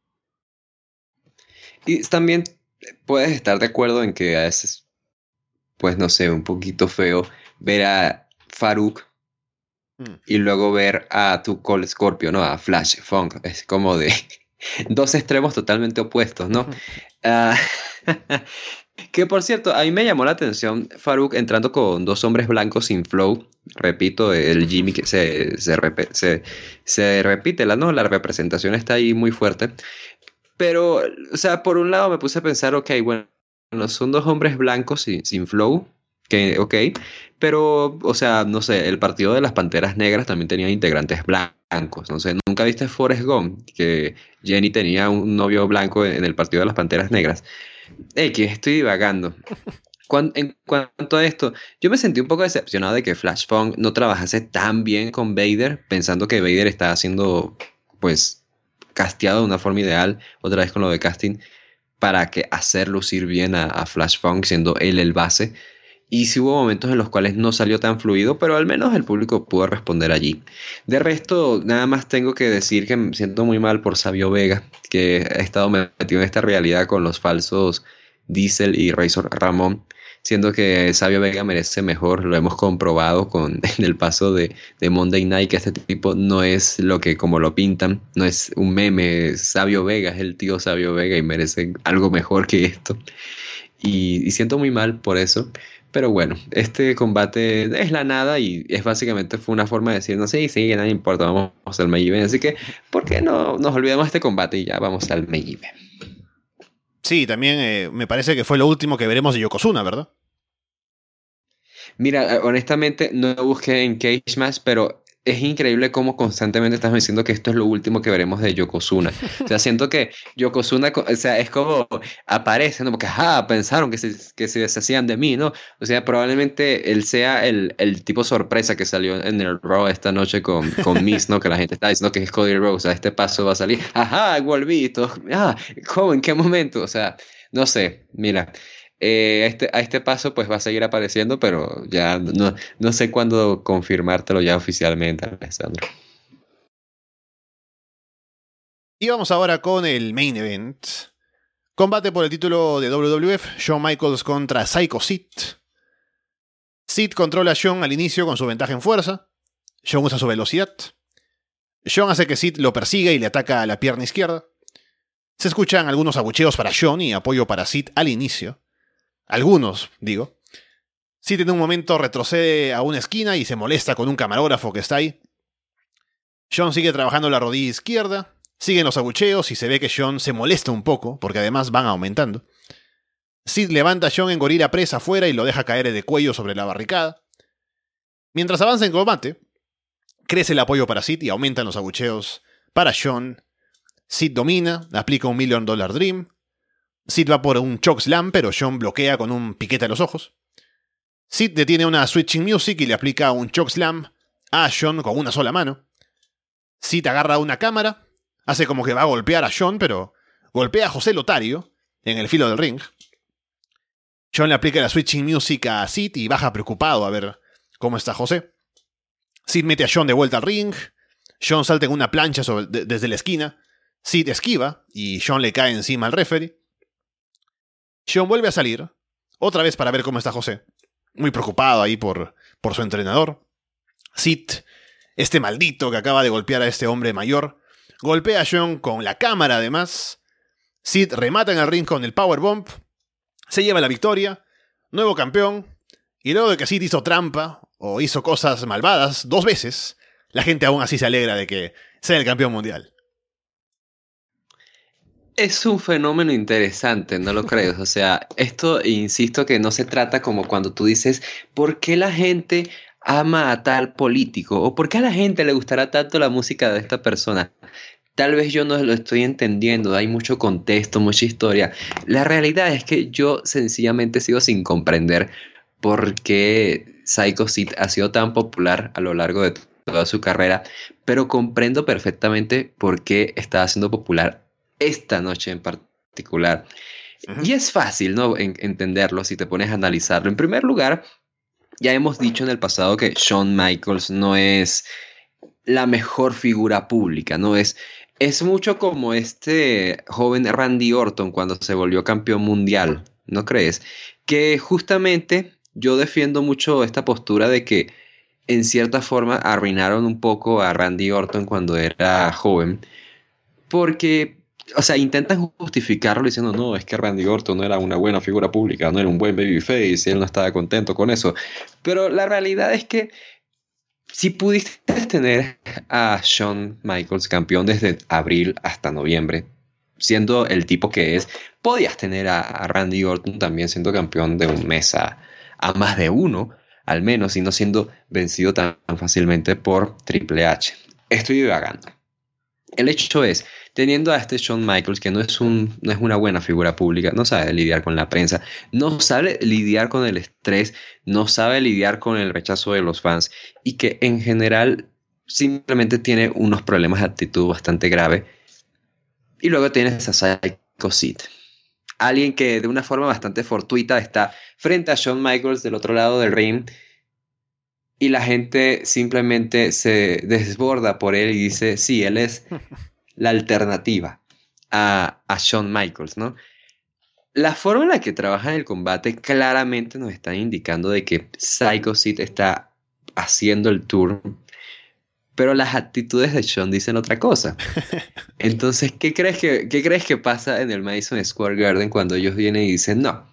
Y también puedes estar de acuerdo en que a veces, pues no sé, un poquito feo ver a Farouk mm. y luego ver a tu Cold Scorpio, ¿no? A Flash Funk. Es como de dos extremos totalmente opuestos, ¿no? uh, que por cierto, a mí me llamó la atención Farouk entrando con dos hombres blancos sin flow. Repito, el Jimmy que se, se, rep se, se repite, la, ¿no? La representación está ahí muy fuerte. Pero, o sea, por un lado me puse a pensar, ok, bueno, son dos hombres blancos sin, sin flow, que, ok, pero, o sea, no sé, el partido de las Panteras Negras también tenía integrantes blancos, no sé, ¿nunca viste Forrest Gump? Que Jenny tenía un novio blanco en el partido de las Panteras Negras. Ey, que estoy divagando. En cuanto a esto, yo me sentí un poco decepcionado de que Flash Funk no trabajase tan bien con Vader, pensando que Vader estaba haciendo, pues, casteado de una forma ideal, otra vez con lo de casting, para que hacer lucir bien a, a Flash Funk, siendo él el base. Y sí hubo momentos en los cuales no salió tan fluido, pero al menos el público pudo responder allí. De resto, nada más tengo que decir que me siento muy mal por Savio Vega, que ha estado metido en esta realidad con los falsos Diesel y Razor Ramón, siendo que Savio Vega merece mejor. Lo hemos comprobado con en el paso de, de Monday Night, que este tipo no es lo que como lo pintan, no es un meme. Savio Vega es el tío Savio Vega y merece algo mejor que esto. Y, y siento muy mal por eso. Pero bueno, este combate es la nada y es básicamente fue una forma de decir, no sé, sí, sí, nada importa, vamos al main event. Así que, ¿por qué no nos olvidamos de este combate y ya vamos al main event? Sí, también eh, me parece que fue lo último que veremos de Yokozuna, ¿verdad? Mira, honestamente no busqué en Cage Match, pero es increíble cómo constantemente estás diciendo que esto es lo último que veremos de Yokozuna. O sea, siento que Yokozuna, o sea, es como aparece, ¿no? Porque, ajá, pensaron que se, que se deshacían de mí, ¿no? O sea, probablemente él sea el, el tipo sorpresa que salió en el Raw esta noche con, con Miz, ¿no? Que la gente está diciendo que es Cody Rhodes, a este paso va a salir, ajá, volví, todo, ah, ¿cómo? ¿En qué momento? O sea, no sé, mira... Eh, a, este, a este paso pues va a seguir apareciendo, pero ya no, no sé cuándo confirmártelo ya oficialmente, Alessandro. Y vamos ahora con el main event. Combate por el título de doble u doble u efe, Shawn Michaels contra Psycho Sid. Sid controla a Shawn al inicio con su ventaja en fuerza. Shawn usa su velocidad. Shawn hace que Sid lo persiga y le ataca a la pierna izquierda. Se escuchan algunos abucheos para Shawn y apoyo para Sid al inicio. Algunos, digo. Sid en un momento retrocede a una esquina y se molesta con un camarógrafo que está ahí. Shawn sigue trabajando la rodilla izquierda, siguen los abucheos y se ve que Shawn se molesta un poco, porque además van aumentando. Sid levanta a Shawn en gorila presa afuera y lo deja caer de cuello sobre la barricada. Mientras avanza en combate, crece el apoyo para Sid y aumentan los abucheos para Shawn. Sid domina, aplica un Million Dollar Dream. Sid va por un chokeslam, pero Shawn bloquea con un piquete a los ojos. Sid detiene una Switching Music y le aplica un chokeslam a Shawn con una sola mano. Sid agarra una cámara, hace como que va a golpear a Shawn, pero golpea a José Lotario en el filo del ring. Shawn le aplica la Switching Music a Sid y baja preocupado a ver cómo está José. Sid mete a Shawn de vuelta al ring. Shawn salta en una plancha sobre, de, desde la esquina. Sid esquiva y Shawn le cae encima al referee. Shawn vuelve a salir, otra vez para ver cómo está José. Muy preocupado ahí por, por su entrenador. Sid, este maldito que acaba de golpear a este hombre mayor, golpea a Shawn con la cámara además. Sid remata en el ring con el powerbomb. Se lleva la victoria. Nuevo campeón. Y luego de que Sid hizo trampa o hizo cosas malvadas dos veces, la gente aún así se alegra de que sea el campeón mundial. Es un fenómeno interesante, ¿no lo crees? O sea, esto, insisto, que no se trata como cuando tú dices, ¿por qué la gente ama a tal político? ¿O por qué a la gente le gustará tanto la música de esta persona? tal vez yo no lo estoy entendiendo, hay mucho contexto, mucha historia. La realidad es que yo sencillamente sigo sin comprender por qué Psycho Sid ha sido tan popular a lo largo de toda su carrera, pero comprendo perfectamente por qué está siendo popular esta noche en particular. Ujú. Y es fácil, ¿no? En- entenderlo si te pones a analizarlo. En primer lugar, ya hemos dicho en el pasado que Shawn Michaels no es la mejor figura pública, ¿no? Es, es mucho como este joven Randy Orton cuando se volvió campeón mundial, ¿no crees? Que justamente yo defiendo mucho esta postura de que en cierta forma arruinaron un poco a Randy Orton cuando era joven, porque, o sea, intentan justificarlo diciendo, no, es que Randy Orton no era una buena figura pública, no era un buen babyface, él no estaba contento con eso. Pero la realidad es que si pudiste tener a Shawn Michaels campeón desde abril hasta noviembre, siendo el tipo que es, podías tener a, a Randy Orton también siendo campeón de un mes a, a más de uno, al menos, y no siendo vencido tan, tan fácilmente por Triple H. Estoy divagando. El hecho es, teniendo a este Shawn Michaels, que no es, un, no es una buena figura pública, no sabe lidiar con la prensa, no sabe lidiar con el estrés, no sabe lidiar con el rechazo de los fans, y que en general simplemente tiene unos problemas de actitud bastante grave. Y luego tienes a Psycho Sid, alguien que de una forma bastante fortuita está frente a Shawn Michaels del otro lado del ring, y la gente simplemente se desborda por él y dice, sí, él es la alternativa a, a Shawn Michaels, ¿no? La forma en la que trabaja en el combate claramente nos está indicando de que Psycho Sid está haciendo el tour, pero las actitudes de Shawn dicen otra cosa. Entonces, ¿qué crees que, qué crees que pasa en el Madison Square Garden cuando ellos vienen y dicen, no,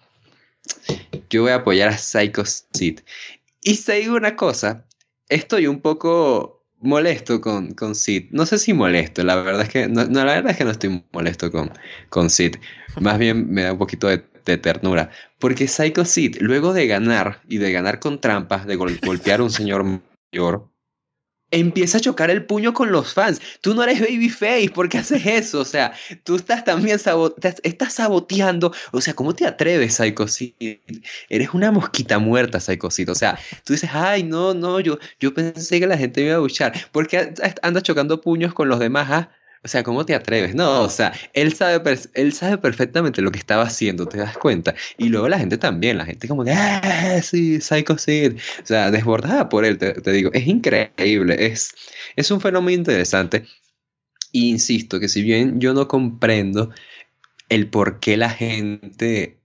yo voy a apoyar a Psycho Sid? Y te digo una cosa, estoy un poco molesto con, con Sid. No sé si molesto, la verdad es que no, no, la verdad es que no estoy molesto con, con Sid. Más bien me da un poquito de, de ternura. Porque Psycho Sid, luego de ganar y de ganar con trampas, de gol- golpear a un señor mayor, empieza a chocar el puño con los fans. Tú no eres babyface, ¿por qué haces eso? O sea, tú estás también sabo- te- estás saboteando. O sea, ¿cómo te atreves, Psycho Sid? Eres una mosquita muerta, Psycho Sid. O sea, tú dices, ay, no, no, yo, yo pensé que la gente me iba a buchar. ¿Por qué a- andas chocando puños con los demás? ¿Ah? O sea, ¿cómo te atreves? No, o sea, él sabe, per- él sabe perfectamente lo que estaba haciendo, ¿te das cuenta? Y luego la gente también, la gente como que, ah, sí, Psycho Sid. O sea, desbordada por él, te, te digo, es increíble, es, es un fenómeno interesante. E insisto que si bien yo no comprendo el por qué la gente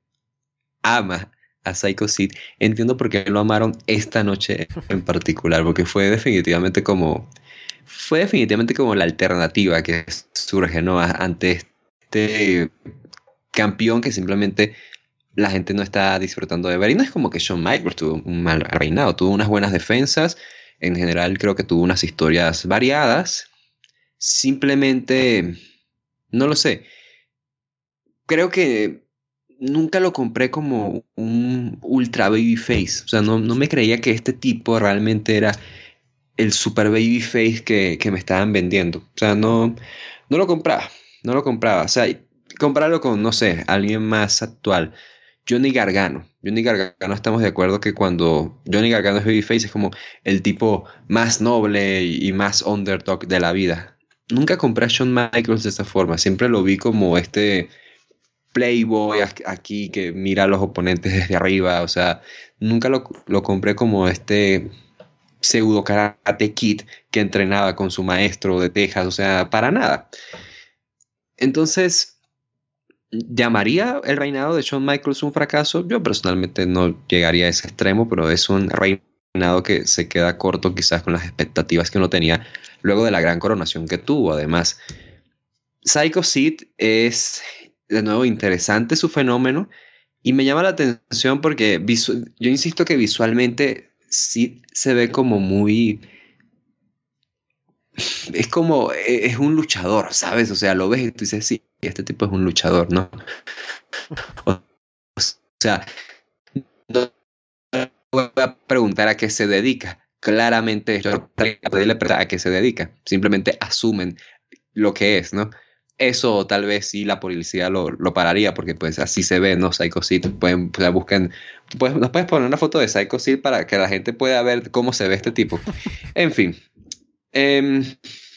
ama a Psycho Sid, entiendo por qué lo amaron esta noche en particular, porque fue definitivamente como, fue definitivamente como la alternativa que surge, ¿no? A- Ante este campeón que simplemente la gente no está disfrutando de ver. Y no es como que Shawn Michaels tuvo un mal reinado, tuvo unas buenas defensas, en general creo que tuvo unas historias variadas, simplemente, no lo sé, creo que nunca lo compré como un ultra babyface, o sea, no, no me creía que este tipo realmente era el super babyface que, que me estaban vendiendo, o sea, no, no lo compraba, no lo compraba, o sea, comprarlo con, no sé, alguien más actual. Johnny Gargano. Johnny Gargano estamos de acuerdo que cuando Johnny Gargano es babyface es como el tipo más noble y, y más underdog de la vida. Nunca compré a Shawn Michaels de esa forma. Siempre lo vi como este playboy ac- aquí que mira a los oponentes desde arriba. O sea, nunca lo, lo compré como este pseudo karate kid que entrenaba con su maestro de Texas. O sea, para nada. Entonces... ¿Llamaría el reinado de Shawn Michaels un fracaso? Yo personalmente no llegaría a ese extremo, pero es un reinado que se queda corto quizás con las expectativas que uno tenía luego de la gran coronación que tuvo. Además, Psycho Sid es de nuevo interesante su fenómeno y me llama la atención porque visu- yo insisto que visualmente Sid se ve como muy... Es como, eh, es un luchador, ¿sabes? O sea, lo ves y tú dices, sí, este tipo es un luchador, ¿no? O sea, no voy a preguntar a qué se dedica. Claramente, yo le preguntar a qué se dedica. Simplemente asumen lo que es, ¿no? Eso tal vez sí la policía lo, lo pararía, porque pues así se ve, ¿no? Psycho Sid, pueden, o sea, busquen, pues, nos puedes poner una foto de Psycho Sid para que la gente pueda ver cómo se ve este tipo. En fin, em,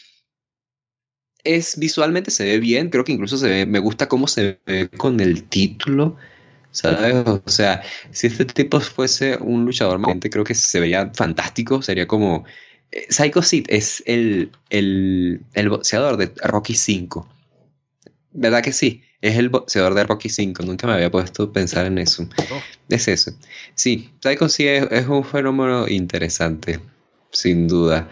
es visualmente se ve bien, creo que incluso se ve, me gusta cómo se ve con el título, ¿sabes? O sea, si este tipo fuese un luchador más, creo que se vería fantástico, sería como... eh, Psycho Sid es el, el, el boxeador de Rocky cinco. ¿Verdad que sí? Es el boxeador de Rocky cinco. Nunca me había puesto a pensar en eso. Oh, Es eso. Sí, Psycho sí es, es un fenómeno interesante, sin duda.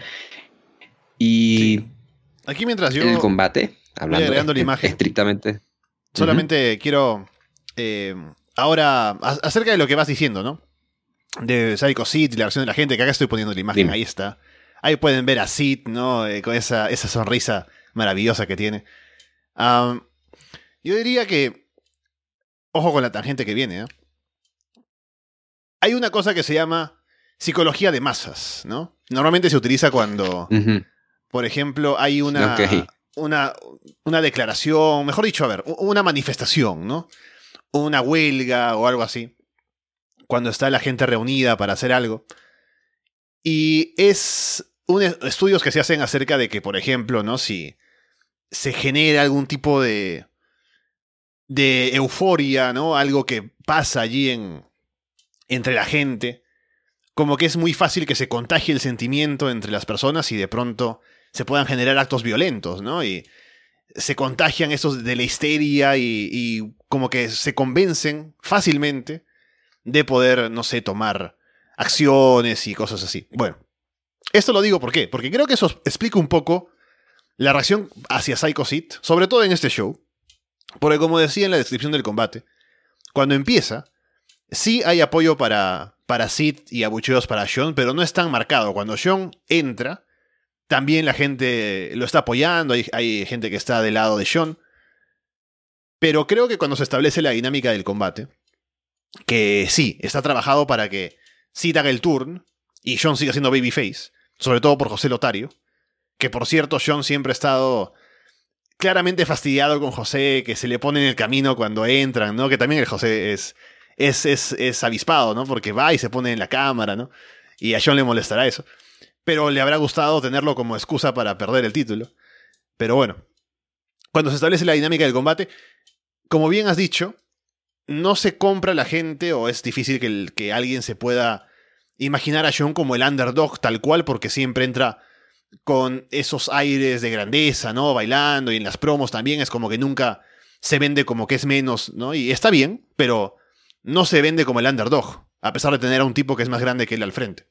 sí. Y Aquí mientras el yo combate, voy hablando agregando la est- imagen, estrictamente. Ujú, solamente quiero... eh, ahora, a- acerca de lo que vas diciendo, ¿no? De Psycho Sid y la reacción de la gente, que acá estoy poniendo la imagen, dime. ahí está. Ahí pueden ver a Sid, ¿no? Eh, con esa, esa sonrisa maravillosa que tiene. Am, yo diría que, ojo con la tangente que viene, ¿eh? Hay una cosa que se llama psicología de masas, ¿no? Normalmente se utiliza cuando, Ujú, por ejemplo, hay ok. una, una, una declaración, mejor dicho, a ver, u- una manifestación, ¿no? Una huelga o algo así, cuando está la gente reunida para hacer algo. Y es un e- estudios que se hacen acerca de que, por ejemplo, ¿no? Si se genera algún tipo de, de euforia, ¿no? Algo que pasa allí en, entre la gente, como que es muy fácil que se contagie el sentimiento entre las personas y de pronto se puedan generar actos violentos, ¿no? Y se contagian esos de la histeria y, y como que se convencen fácilmente de poder, no sé, tomar acciones y cosas así. Bueno, esto lo digo ¿por qué? Porque creo que eso explica un poco la reacción hacia Psycho Sid, sobre todo en este show, porque como decía en la descripción del combate, cuando empieza, sí hay apoyo para, para Sid y abucheos para Sean, pero no es tan marcado. Cuando Sean entra, también la gente lo está apoyando, hay, hay gente que está del lado de Sean, pero creo que cuando se establece la dinámica del combate, que sí, está trabajado para que Sid haga el turn y Sean siga siendo babyface, sobre todo por José Lotario, que por cierto Sean siempre ha estado claramente fastidiado con José, que se le pone en el camino cuando entran, ¿no? Que también el José es, es, es, es avispado, ¿no? Porque va y se pone en la cámara, ¿no? Y a Sean le molestará eso. Pero le habrá gustado tenerlo como excusa para perder el título. Pero bueno, cuando se establece la dinámica del combate, como bien has dicho, no se compra la gente o es difícil que, el- que alguien se pueda imaginar a Sean como el underdog tal cual porque siempre entra con esos aires de grandeza, ¿no? Bailando y en las promos también es como que nunca se vende como que es menos, ¿no? Y está bien, pero no se vende como el underdog, a pesar de tener a un tipo que es más grande que él al frente.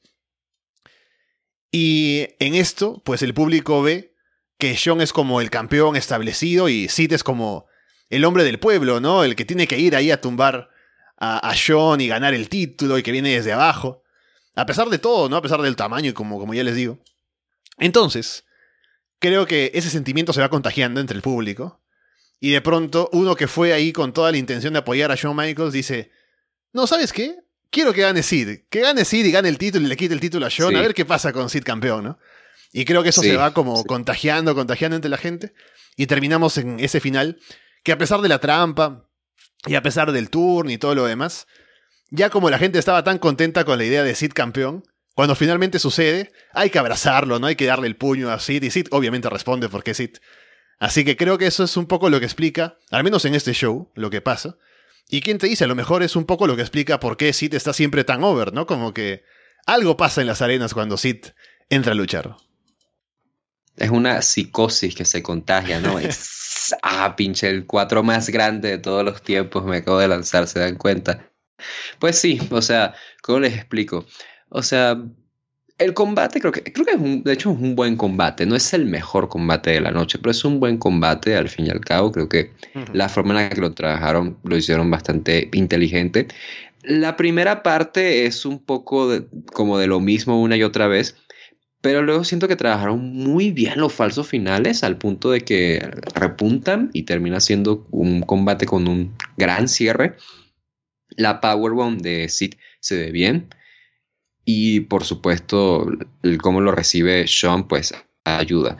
Y en esto, pues el público ve que Sean es como el campeón establecido y Sid es como el hombre del pueblo, ¿no? El que tiene que ir ahí a tumbar a, a Sean y ganar el título y que viene desde abajo. A pesar de todo, ¿no? A pesar del tamaño y como, como ya les digo. Entonces, creo que ese sentimiento se va contagiando entre el público. Y de pronto, uno que fue ahí con toda la intención de apoyar a Shawn Michaels dice: no, ¿sabes qué? Quiero que gane Sid. Que gane Sid y gane el título y le quite el título a Shawn. A ver Sí, qué pasa con Sid campeón, ¿no? Y creo que eso se sí, va como sí. contagiando, contagiando entre la gente. Y terminamos en ese final que a pesar de la trampa y a pesar del turn y todo lo demás, ya como la gente estaba tan contenta con la idea de Sid campeón, cuando finalmente sucede, hay que abrazarlo, ¿no? Hay que darle el puño a Sid y Sid obviamente responde porque es Sid. Así que creo que eso es un poco lo que explica, al menos en este show, lo que pasa. Y quién te dice, a lo mejor es un poco lo que explica por qué Sid está siempre tan over, ¿no? Como que algo pasa en las arenas cuando Sid entra a luchar. Es una psicosis que se contagia, ¿no? Es, ah, pinche, el cuatro más grande de todos los tiempos me acabo de lanzar, ¿se dan cuenta? Pues sí, o sea, ¿cómo les explico? O sea, el combate creo que, creo que es un, de hecho es un buen combate. No es el mejor combate de la noche, pero es un buen combate al fin y al cabo. Creo que Ujú. la forma en la que lo trabajaron lo hicieron bastante inteligente. La primera parte es un poco de- como de lo mismo una y otra vez, pero luego siento que trabajaron muy bien los falsos finales al punto de que repuntan y termina siendo un combate con un gran cierre. La Powerbomb de Sid se ve bien. Y por supuesto, el cómo lo recibe Sean, pues ayuda.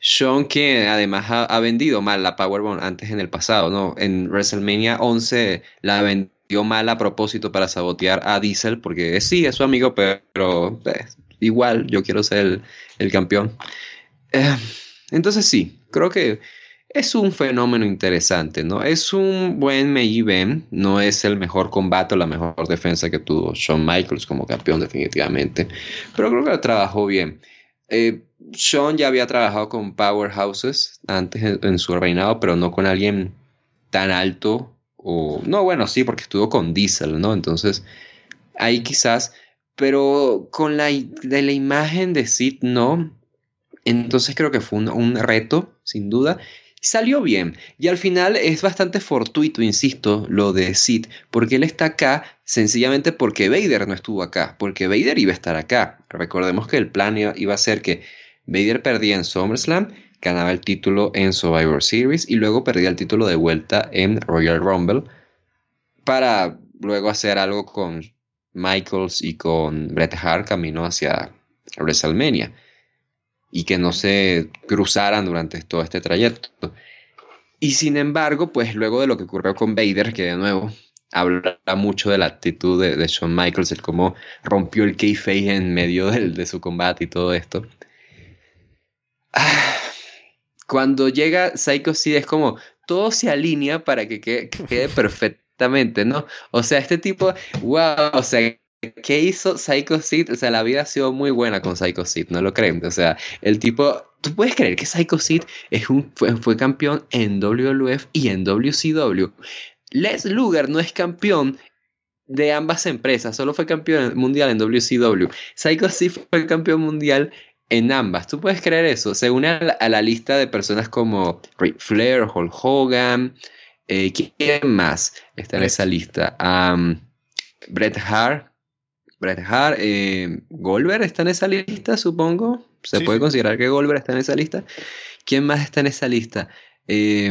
Shawn, que además ha, ha vendido mal la Powerbomb antes en el pasado, ¿no? En WrestleMania once la vendió mal a propósito para sabotear a Diesel, porque sí, es su amigo, pero, pero, eh, igual yo quiero ser el, el campeón. Eh, entonces sí, creo que es un fenómeno interesante, ¿no? Es un buen main event, no es el mejor combate o la mejor defensa que tuvo Shawn Michaels como campeón definitivamente, pero creo que lo trabajó bien. Eh, Shawn ya había trabajado con powerhouses antes en, en su reinado, pero no con alguien tan alto, o no, bueno, sí, porque estuvo con Diesel, ¿no? Entonces, ahí quizás, pero con la, de la imagen de Sid, no. Entonces creo que fue un, un reto, sin duda. Salió bien. Y al final es bastante fortuito, insisto, lo de Sid, porque él está acá sencillamente porque Vader no estuvo acá, porque Vader iba a estar acá. Recordemos que el plan iba, iba a ser que Vader perdía en SummerSlam, ganaba el título en Survivor Series y luego perdía el título de vuelta en Royal Rumble para luego hacer algo con Michaels y con Bret Hart camino hacia WrestleMania y que no se cruzaran durante todo este trayecto. Y sin embargo, pues luego de lo que ocurrió con Vader, que de nuevo habla mucho de la actitud de, de Shawn Michaels, el cómo rompió el kayfabe en medio del, de su combate y todo esto. Ah, cuando llega Psycho Sid es como todo se alinea para que quede, que quede perfectamente, ¿no? O sea, este tipo, wow, o sea, ¿qué hizo Psycho Sid? O sea, la vida ha sido muy buena con Psycho Sid, ¿no lo creen? O sea, el tipo, ¿tú puedes creer que Psycho Sid es un, fue, fue campeón en W W F y en W C W? Les Luger no es campeón de ambas empresas, solo fue campeón mundial en W C W. Psycho Sid fue campeón mundial en ambas. ¿Tú puedes creer eso? Se une a la, a la lista de personas como Ric Flair, Hulk Hogan, eh, ¿quién más está en Bret. esa lista? Um, Bret Hart. Bret Hart, eh, Goldberg está en esa lista, supongo. Se Sí, puede sí. considerar que Goldberg está en esa lista. ¿Quién más está en esa lista? Eh,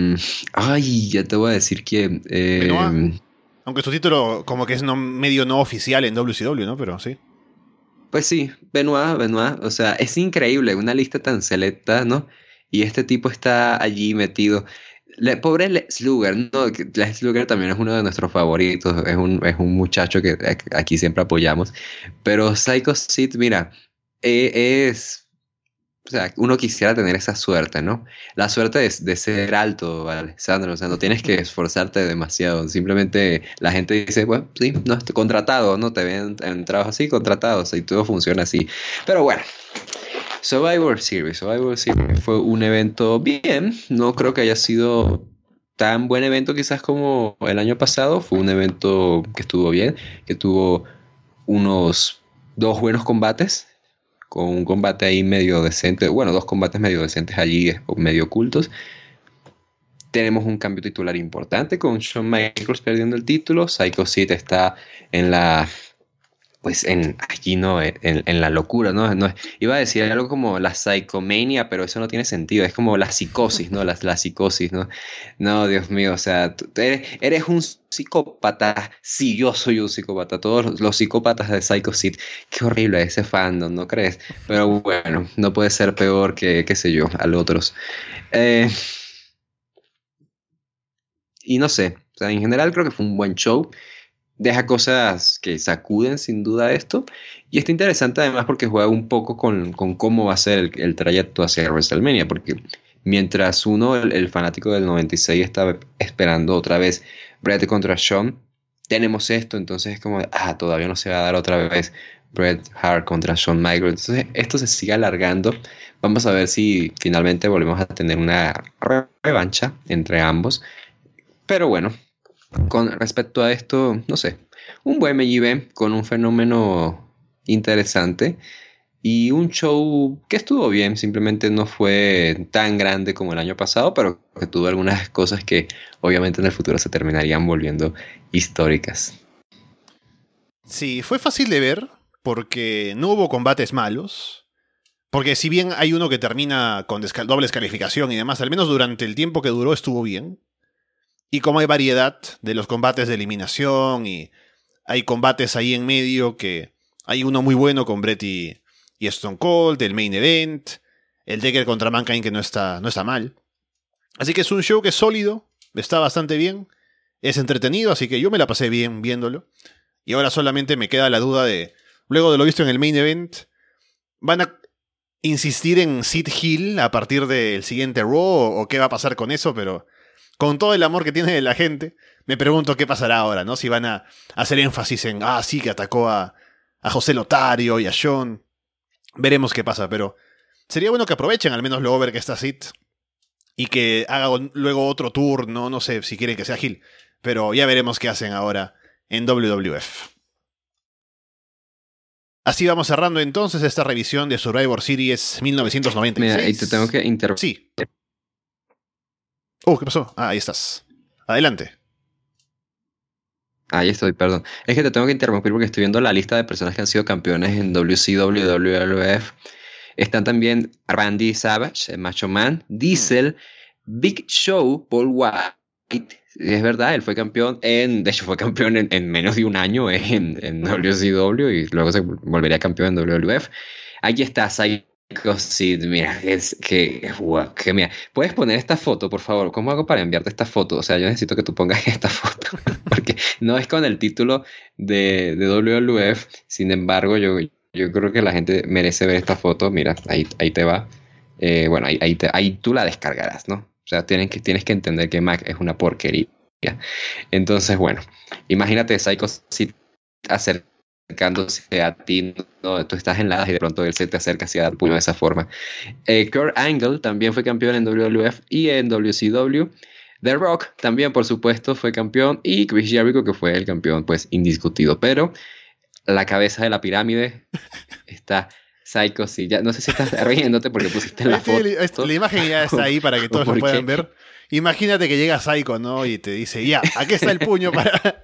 ay, ya te voy a decir quién. Benoit, Eh, aunque su título como que es no, medio no oficial en W C W, ¿no? Pero sí. pues sí, Benoit, Benoit. O sea, es increíble, una lista tan selecta, ¿no? Y este tipo está allí metido. Le, pobre Lex Luger, ¿no? Que Lex Luger también es uno de nuestros favoritos. Es un, es un muchacho que aquí siempre apoyamos. Pero Psycho Sid, mira, eh, es. O sea, uno quisiera tener esa suerte, ¿no? La suerte de, de ser alto, Alessandro. O sea, no tienes que esforzarte demasiado. Simplemente la gente dice, bueno, sí, no, estoy contratado, ¿no? Te ven en trabajo así, contratado. O sea, y todo funciona así. Pero bueno, Survivor Series. Survivor Series fue un evento bien. No creo que haya sido tan buen evento quizás como el año pasado. Fue un evento que estuvo bien, que tuvo unos dos buenos combates, con un combate ahí medio decente, bueno, dos combates medio decentes allí, medio ocultos. Tenemos un cambio titular importante con Shawn Michaels perdiendo el título. Psycho Sid está en la, pues en allí no, en, en la locura, ¿no? No, iba a decir algo como la psicomania, pero eso no tiene sentido. Es como la psicosis, ¿no? La, la psicosis, ¿no? No, Dios mío, o sea, tú eres, eres un psicópata. Sí, yo soy un psicópata. Todos los, los psicópatas de Psycho Sid. Qué horrible ese fandom, ¿no crees? Pero bueno, no puede ser peor que, qué sé yo, a los otros. Eh, y no sé, o sea, en general creo que fue un buen show. Deja cosas que sacuden sin duda esto. Y está interesante además porque juega un poco con, con cómo va a ser el, el trayecto hacia WrestleMania. Porque mientras uno, el, el fanático del noventa y seis, está esperando otra vez Bret contra Shawn, tenemos esto. Entonces es como, ah, todavía no se va a dar otra vez Bret Hart contra Shawn Michaels. Entonces esto se sigue alargando. Vamos a ver si finalmente volvemos a tener una re- revancha entre ambos. Pero bueno, con respecto a esto, no sé, un buen main event con un fenómeno interesante y un show que estuvo bien, simplemente no fue tan grande como el año pasado, pero que tuvo algunas cosas que obviamente en el futuro se terminarían volviendo históricas. Sí, fue fácil de ver porque no hubo combates malos. Porque si bien hay uno que termina con desca- doble descalificación y demás, al menos durante el tiempo que duró estuvo bien. Y como hay variedad de los combates de eliminación y hay combates ahí en medio que hay uno muy bueno con Bret y, y Stone Cold, el main event. el Taker contra Mankind que no está, no está mal. Así que es un show que es sólido, está bastante bien, es entretenido, así que yo me la pasé bien viéndolo. Y ahora solamente me queda la duda de, luego de lo visto en el main event, ¿van a insistir en Sid Hill a partir del siguiente Raw o, o qué va a pasar con eso? Pero con todo el amor que tiene la gente, me pregunto qué pasará ahora, ¿no? Si van a hacer énfasis en, ah, sí, que atacó a, a José Lotario y a Sean. Veremos qué pasa, pero sería bueno que aprovechen al menos lo over que está Sid y que haga luego otro tour, ¿no? No sé si quieren que sea Hill, pero ya veremos qué hacen ahora en W W F. Así vamos cerrando entonces esta revisión de Survivor Series mil novecientos noventa y seis. Mira, y te tengo que interrumpir. Sí. Oh, ¿qué pasó? Ah, ahí estás. Adelante. Ahí estoy, perdón. Es que te tengo que interrumpir porque estoy viendo la lista de personas que han sido campeones en W C W, W W F. Están también Randy Savage, el Macho Man, Diesel, Big Show, Paul White. Es verdad, él fue campeón en... De hecho, fue campeón en, en menos de un año en, en W C W y luego se volvería campeón en W W F. Aquí está Psycho Sid. Mira, es que... Wow, que mira. ¿Puedes poner esta foto, por favor? ¿Cómo hago para enviarte esta foto? O sea, yo necesito que tú pongas esta foto. Porque no es con el título de, de W W F. Sin embargo, yo, yo creo que la gente merece ver esta foto. Mira, ahí, ahí te va. Eh, bueno, ahí, ahí, te, ahí tú la descargarás, ¿no? O sea, tienes que, tienes que entender que Mac es una porquería. Entonces, bueno, imagínate Psycho Sid acercándose a ti, ¿no? Tú estás en la y de pronto él se te acerca hacia el puño de esa forma. Eh, Kurt Angle también fue campeón en W W F y en W C W. The Rock también, por supuesto, fue campeón. Y Chris Jericho, que fue el campeón, pues, indiscutido. Pero la cabeza de la pirámide está... Psycho, sí, ya no sé si estás riéndote porque pusiste la foto. La imagen ya está ahí para que todos lo puedan ver. Imagínate que llega Psycho, ¿no? Y te dice, ya, aquí está el puño para...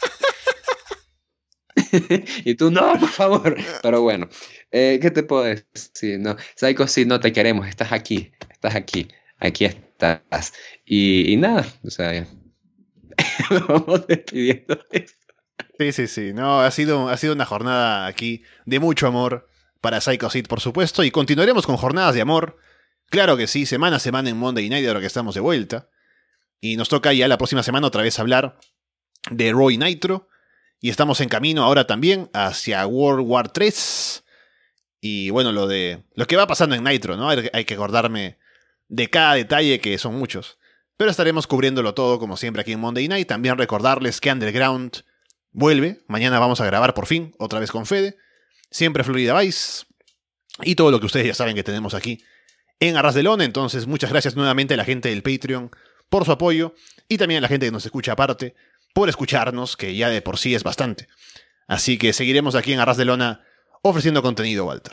Y tú, no, por favor. Pero bueno, eh, ¿qué te puedo decir? No, Psycho, sí, no te queremos, estás aquí, estás aquí, aquí estás. Y, y nada, o sea, vamos despidiendo esto. Sí, sí, sí, no, ha sido, ha sido una jornada aquí de mucho amor para Psycho Sid, por supuesto, y continuaremos con jornadas de amor. Claro que sí, semana a semana en Monday Night, ahora que estamos de vuelta. Y nos toca ya la próxima semana otra vez hablar de Raw y Nitro. Y estamos en camino ahora también hacia World War tres. Y bueno, lo de lo que va pasando en Nitro, ¿no? Hay, hay que acordarme de cada detalle, que son muchos. Pero estaremos cubriéndolo todo, como siempre, aquí en Monday Night. También recordarles que Underground vuelve. Mañana vamos a grabar por fin, otra vez con Fede. Siempre Florida Vice. Y todo lo que ustedes ya saben que tenemos aquí en Arras de Lona. Entonces, muchas gracias nuevamente a la gente del Patreon por su apoyo. Y también a la gente que nos escucha aparte por escucharnos, que ya de por sí es bastante. Así que seguiremos aquí en Arras de Lona ofreciendo contenido, Walter.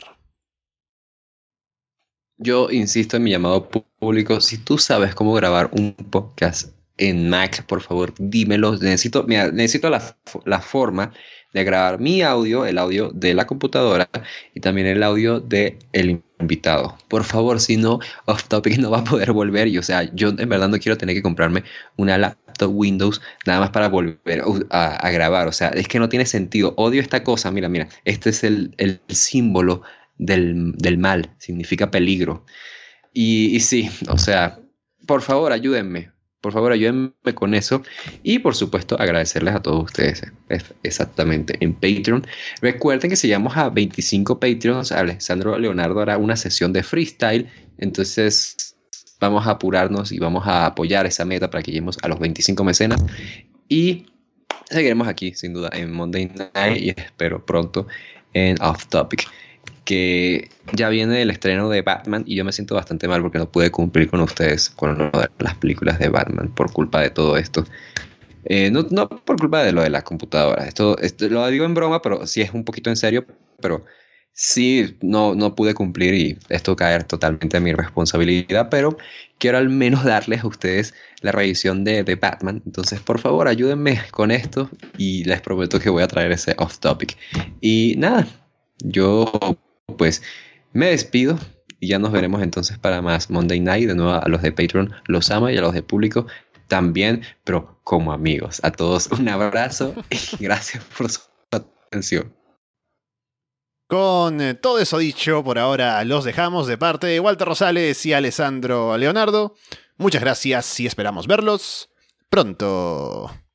Yo insisto en mi llamado público. Si tú sabes cómo grabar un podcast en Mac, por favor, dímelo. Necesito, mira, necesito la, la forma de grabar mi audio, el audio de la computadora y también el audio del invitado. Por favor, si no, Off Topic no va a poder volver. Y o sea, yo en verdad no quiero tener que comprarme una laptop Windows nada más para volver a, a grabar. O sea, es que no tiene sentido. Odio esta cosa. Mira, mira, este es el, el símbolo del, del mal. Significa peligro. Y, y sí, o sea, por favor, ayúdenme. Por favor, ayúdenme con eso. Y por supuesto, agradecerles a todos ustedes. Exactamente, en Patreon. Recuerden que si llegamos a veinticinco Patreons, Alessandro Leonardo hará una sesión de freestyle. Entonces, vamos a apurarnos y vamos a apoyar esa meta para que lleguemos a los veinticinco mecenas. Y seguiremos aquí, sin duda, en Monday Night. Y espero pronto en Off Topic. Que ya viene el estreno de Batman y yo me siento bastante mal porque no pude cumplir con ustedes con lo de las películas de Batman por culpa de todo esto. Eh, no, no por culpa de lo de las computadoras. Esto, esto lo digo en broma, pero sí es un poquito en serio. Pero sí, no, no pude cumplir y esto caer totalmente a mi responsabilidad. Pero quiero al menos darles a ustedes la revisión de, de Batman. Entonces, por favor, ayúdenme con esto y les prometo que voy a traer ese off topic. Y nada, yo... pues me despido y ya nos veremos entonces para más Monday Night. De nuevo a los de Patreon los amo y a los de público también, pero como amigos. A todos un abrazo y gracias por su atención. Con eh, todo eso dicho, por ahora los dejamos de parte de Walter Rosales y Alessandro Leonardo. Muchas gracias y esperamos verlos pronto.